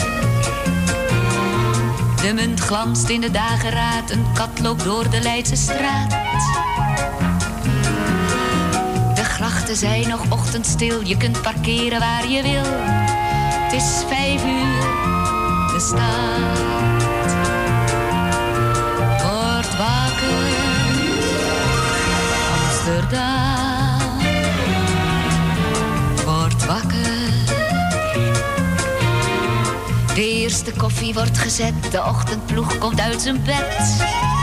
De munt glanst in de dageraad, een kat loopt door de Leidse straat. De grachten zijn nog ochtendstil, je kunt parkeren waar je wil. Het is 5 uur, de stad wordt wakker. Amsterdam wordt wakker. De eerste koffie wordt gezet, de ochtendploeg komt uit zijn bed.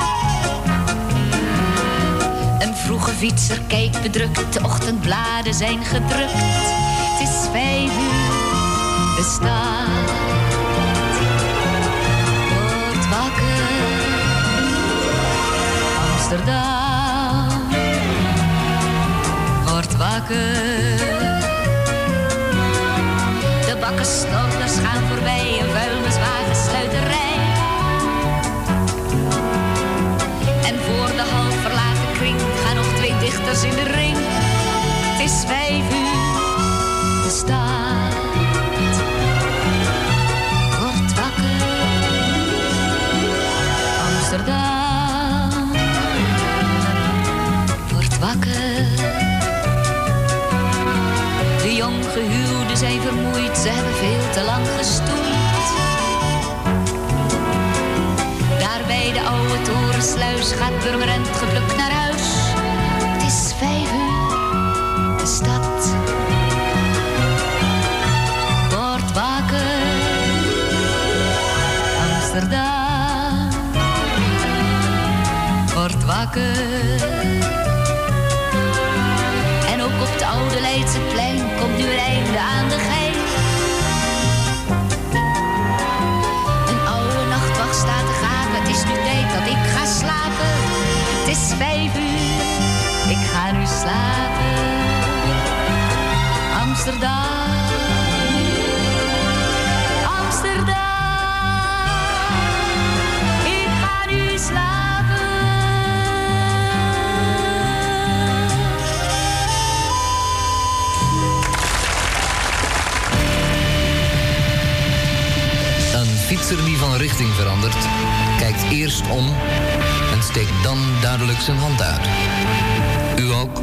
Een vroege fietser kijkt bedrukt, de ochtendbladen zijn gedrukt. Het is 5 uur, de stad wordt wakker. Amsterdam wordt wakker. De bakkersnorters gaan voorbij, een vuilniswagen sluit de rij. En voor de half verlaten kring gaan nog 2 dichters in de ring. Het is 5 uur, de stad wordt wakker. Amsterdam wordt wakker. De jonggehuwden zijn vermoeid, ze hebben veel te lang gestoeid. Daar bij de oude torensluis gaat Purmerend geplukt naar huis. Het is 5 uur, de stad wordt wakker. Amsterdam wordt wakker. En ook op het oude Leidseplein komt nu een einde aan de gein. Een oude nachtwacht staat te gapen, het is nu tijd dat ik ga slapen. Het is 5 uur, ik ga nu slapen. Amsterdam, Amsterdam, ik ga nu slapen. Een fietser die van richting verandert, kijkt eerst om en steekt dan duidelijk zijn hand uit. U ook?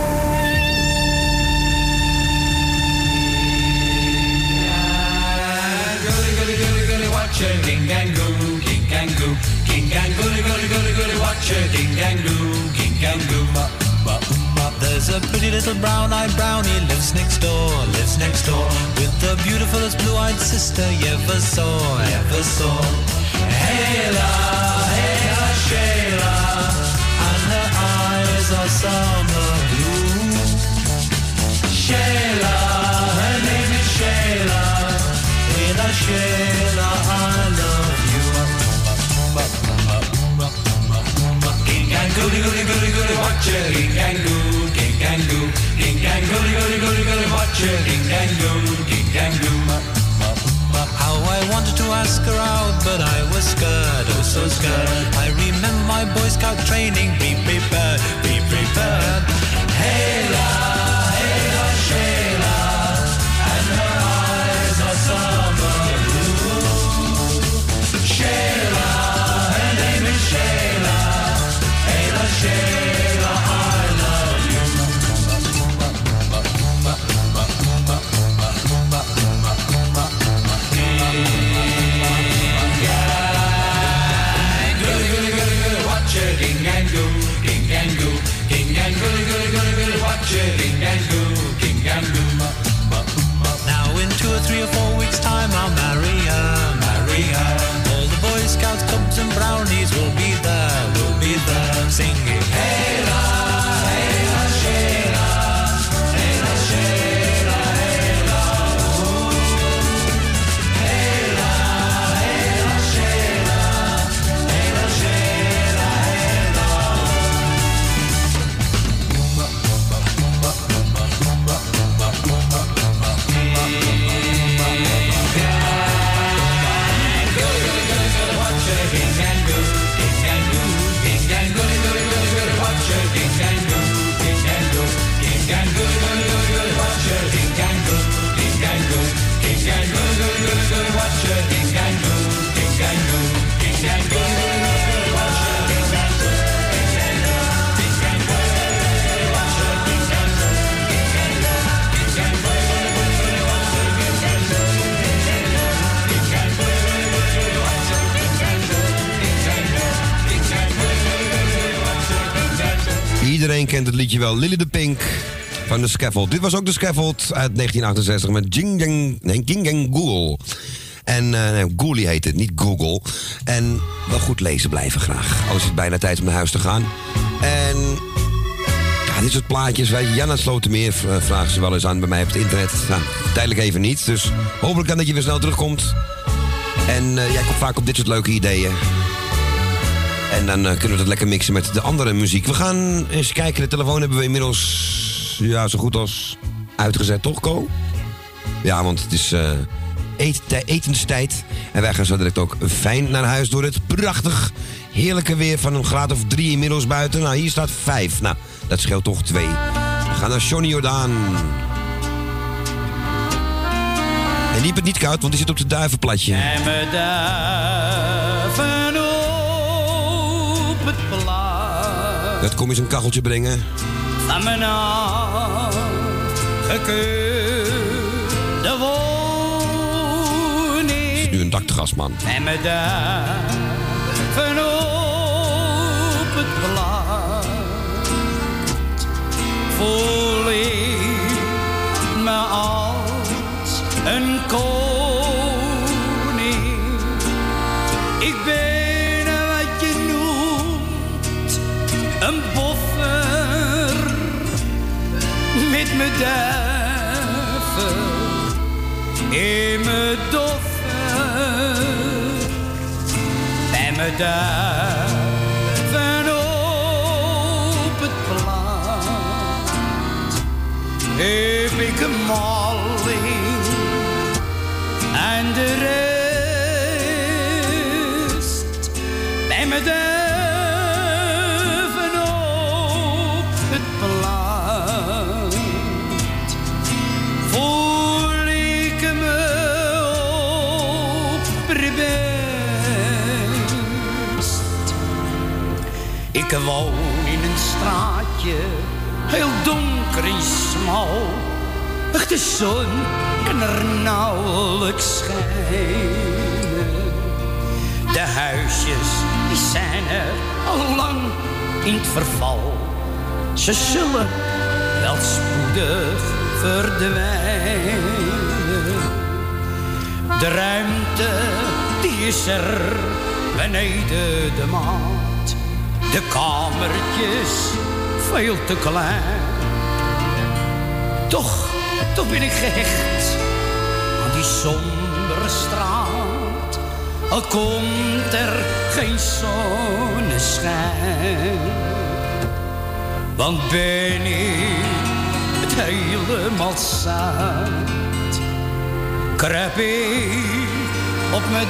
Goody, goody, goody, goody, watch it, ging and go, ging and go, ging and goody, goody, goody, goody, watch it, ging and go, ging and go. There's a pretty little brown-eyed brownie lives next door, with the beautifulest blue-eyed sister you ever saw, Hela, Hela, Shayla, and her eyes are summer blue. Shayla, her name is Shayla, Hela, Shayla, I love you. Ging and goody, goody, goody, goody, watch it, ging and go. Ging and goody, goody, goody, goody, watch it, ging and go. How I wanted to ask her out, but I was scared, oh so scared. I remember my Boy Scout training, be prepared, be prepared. Hela, Hela, Shayla, and her eyes are summer blue. Shayla, her name is Shayla, Hela, Shayla, I love you. Ging and go, Iedereen kent het liedje wel. Lily de Pink van de Scaffold. Dit was ook de Scaffold uit 1968 met Ging Gang Google. En Goolie heet het, niet Google. En wel goed lezen blijven graag. Al is het bijna tijd om naar huis te gaan. En ja, dit soort plaatjes, weet je, Jan uit Slotermeer vragen ze wel eens aan bij mij op het internet. Nou, tijdelijk even niet, dus hopelijk dan dat je weer snel terugkomt. En jij komt vaak op dit soort leuke ideeën. En dan kunnen we dat lekker mixen met de andere muziek. We gaan eens kijken, de telefoon hebben we inmiddels ja, zo goed als uitgezet, toch, Ko? Ja, want het is etenstijd. En wij gaan zo direct ook fijn naar huis door het prachtig, heerlijke weer van een graad of 3 inmiddels buiten. Nou, hier staat 5. Nou, dat scheelt toch 2. We gaan naar Johnny Jordaan. En die heeft het niet koud, want die zit op het duivenplatje. En me duiven op het plat. Dat kom eens een kacheltje brengen. Van mijn afgekeurde woning. Het is nu een dakterras, man. En me duiven op het plat. Voel ik me als een koning. Ik ben wat je noemt een boffer met mijn duiven in mijn doffer. Bij mijn duiven op het plat heb ik een malling. En de rest bij me duiven op het plat. Voel ik me opgerbest. Ik woon in een straatje, heel donker en smal. Ach, de zon kan er nauwelijks schijnen. De huisjes die zijn er al lang in het verval. Ze zullen wel spoedig verdwijnen. De ruimte die is er beneden de maat. De kamertjes veel te klein. Toch ben ik gehecht aan die sombere straat. Al komt er geen zonneschijn. Want ben ik het helemaal zat, kruip ik op mijn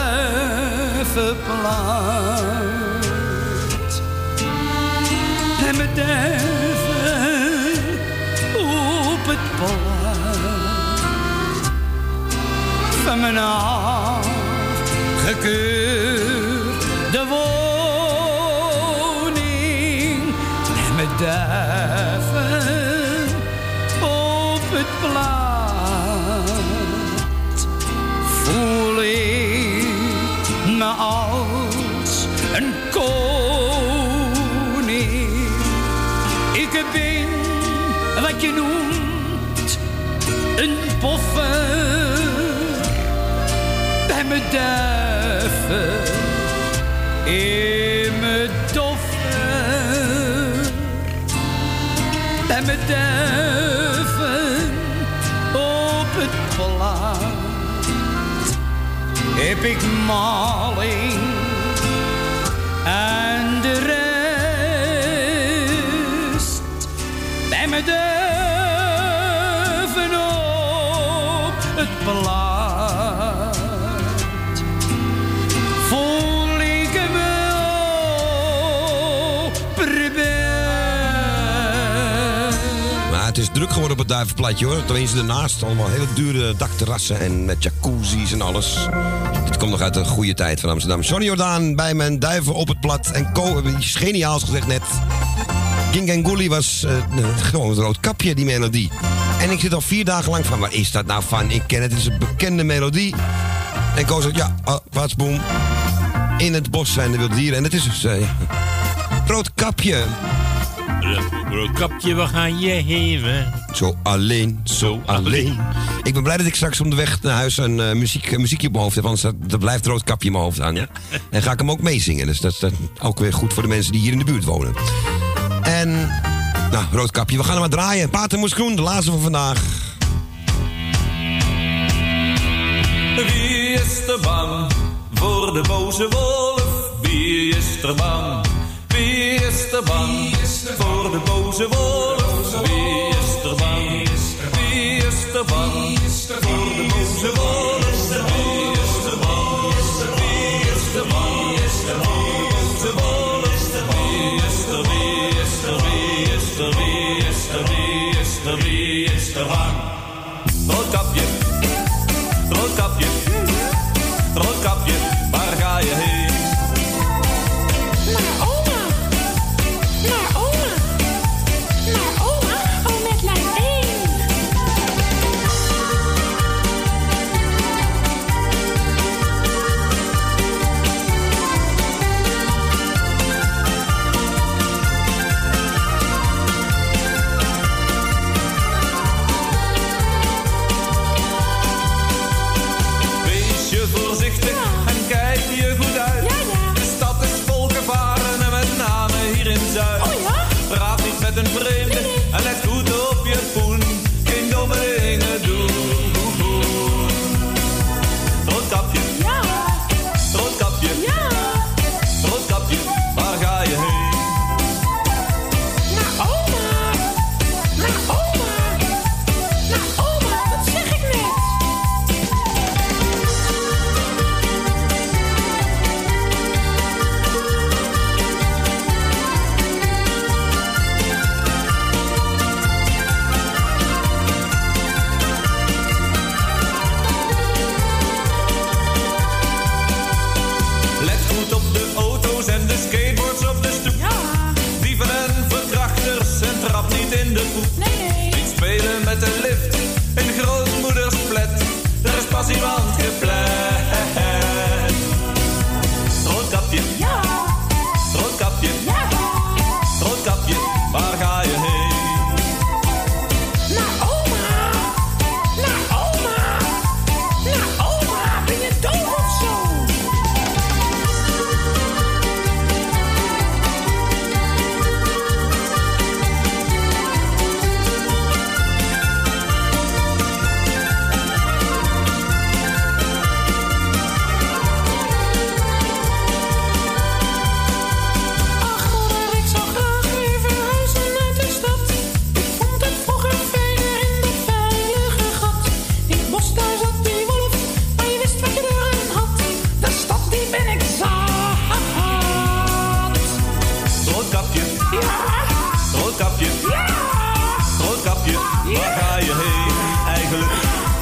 duivenplaat. En mijn duiven op het plat van mijn afgekeurde woning. En mijn duiven op het plat voel ik me als een koning. Ik ben wat je noemt een boffer bij mijn duiven in mijn doffer. Bij mijn duiven op het plat heb ik maling en de rest bij mijn duiven op het plat. Voel ik me Maar het is druk geworden op het duivenplatje, hoor. Tenminste ernaast allemaal hele dure dakterrassen en met jacuzzi's en alles. Dit komt nog uit een goede tijd van Amsterdam. Johnny Jordaan bij mijn duiven op het plat. En Co hebben iets geniaals gezegd net. Ging Gang Goolie was gewoon een rood kapje, die melodie. En ik zit al 4 dagen lang van, waar is dat nou van? Ik ken het, het is een bekende melodie. En Co zegt, ja, patsboom. In het bos zijn de wilde dieren. En het is dus rood kapje. Roodkapje, waar ga je heen? Zo alleen. Ik ben blij dat ik straks onderweg naar huis een muziekje op mijn hoofd heb. Anders dat blijft Roodkapje in mijn hoofd hangen. En ga ik hem ook meezingen. Dus dat is ook weer goed voor de mensen die hier in de buurt wonen. En, nou, Roodkapje, we gaan hem maar draaien. Patermoes Groen, de laatste van vandaag. Wie is er bang voor de boze wolf? Wie is er bang? Wie is er bang voor de boze wolf? Wie is er bang? Wie is er bang voor de boze wolf? Wie is er bang? Wie is er bang voor de boze wolf? Wie is er? Wie is er? Wie is er? Wie is er? Wie is er? Wie is er bang? Roodkapje, Roodkapje, Roodkapje, waar ga je heen? Naar oma. Naar oma. Naar oma. Oh, met lijn 1. Wees je voorzichtig en kijk je goed uit. De stad is vol gevaren en met name hier in Zuid. Praat niet met een vreemde en let goed op je poen. Geen domme dingen doen. Roodkapje, Roodkapje, Roodkapje, waar ga je heen? Naar oma. Naar oma. Naar oma, wat zeg ik net? Let goed op de auto's en de skateboards op de stoep. Dieven en verkrachters en trap niet in de poep. Niet spelen met de lift in grootmoeders flat. Er is pas iemand gepland. Roodkapje, Roodkapje, Roodkapje, waar ga je heen? Naar oma. Naar oma. Naar oma. Ben je doof of zo? Ach, moeder, ik zou graag weer verhuizen naar de stad. Ik vond het vroeger fijner in dat veilige gat. In het bos daar zat die wolf, maar je wist wat je erin had. De stad die ben ik zat. Roodkapje, Roodkapje, Roodkapje, waar ga je heen eigenlijk?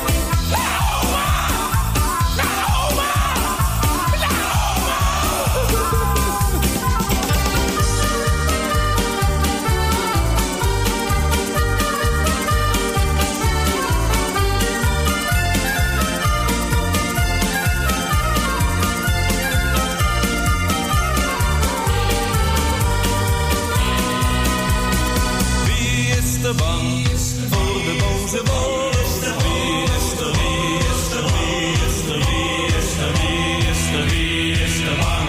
Wie is er bang voor de boze wolf? Wie is er? Wie is er? Wie is er? Wie is er? Wie is er? Wie is er bang?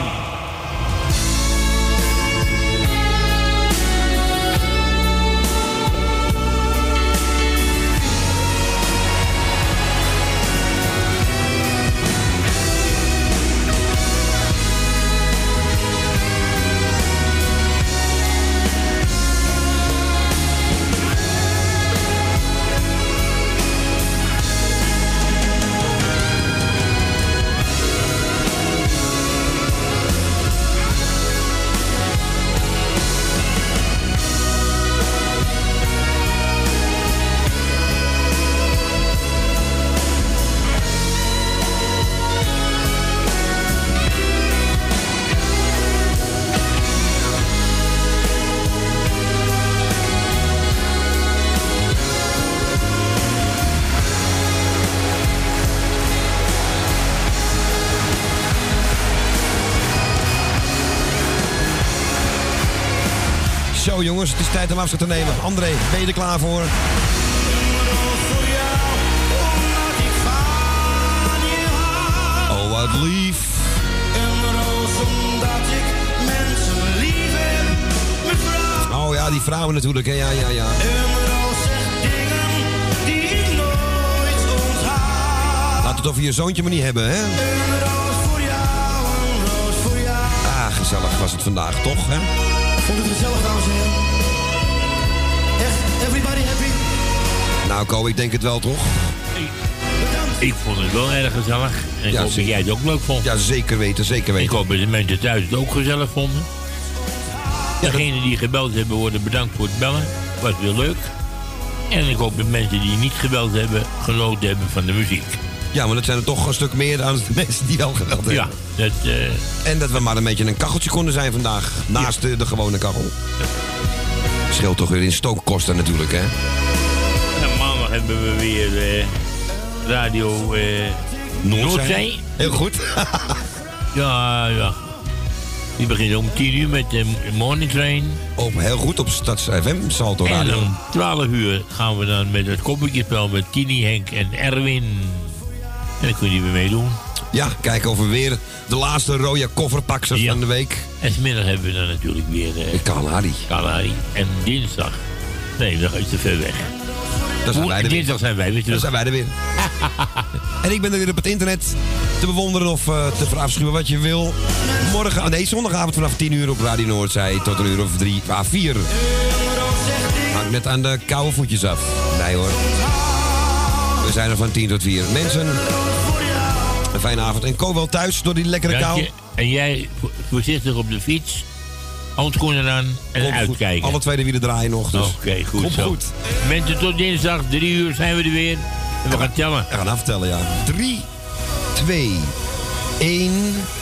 Zo jongens, het is tijd om afscheid te nemen. André, ben je er klaar voor? Oh, wat lief. Een roos omdat ik mensen lief heb, mevrouw. Oh ja, die vrouwen natuurlijk, hè? Ja. Een roos zegt dingen die ik nooit onthaal. Laat het over je zoontje maar niet hebben, hè? Een roos voor jou, een roos voor jou. Ah, gezellig was het vandaag, toch, hè? Vond het gezellig, dames en heren? Echt, everybody happy? Nou, Ko, ik denk het wel, toch? Ik vond het wel erg gezellig. En ik hoop dat jij het ook leuk vond. Ja, zeker weten, zeker weten. Ik hoop dat de mensen thuis het ook gezellig vonden. Degenen die gebeld hebben worden bedankt voor het bellen. Was weer leuk. En ik hoop dat mensen die niet gebeld hebben, genoten hebben van de muziek. Ja, maar dat zijn er toch een stuk meer dan de mensen die wel gebeld hebben. Ja, dat... En dat we maar een beetje een kacheltje konden zijn vandaag. Naast de gewone kachel. Scheelt toch weer in stookkosten natuurlijk, hè? En maandag hebben we weer radio Noordzee. Heel goed. Ja. Die begint om 10 uur met de morning train. Heel goed op Stads FM, Salto Radio. En om 12 uur gaan we dan met het koppeltjespel met Tini, Henk en Erwin. En dan kun je weer meedoen. Ja, kijken of we weer de laatste rode kofferpaksers van de week. En vanmiddag hebben we dan natuurlijk weer... Kalahari. En dinsdag... Nee, dat is te ver weg. Dinsdag zijn wij weer terug. Dan zijn wij er weer. En ik ben er weer op het internet te bewonderen of te verafschuwen wat je wil. Zondagavond vanaf 10 uur op Radio Noordzee tot een uur of 3 à 4. Hangt net aan de koude voetjes af. Nee hoor. We zijn er van 10 tot 4. Mensen, een fijne avond. En Ko wel thuis door die lekkere kou. En jij voorzichtig op de fiets. Handschoenen aan en uitkijken. Alle tweede wielen draaien nog. Dus. Oké, goed Komt zo. goed. Mensen, tot dinsdag, 3 uur zijn we er weer. En we gaan tellen. We gaan aftellen, ja. 3, 2, 1...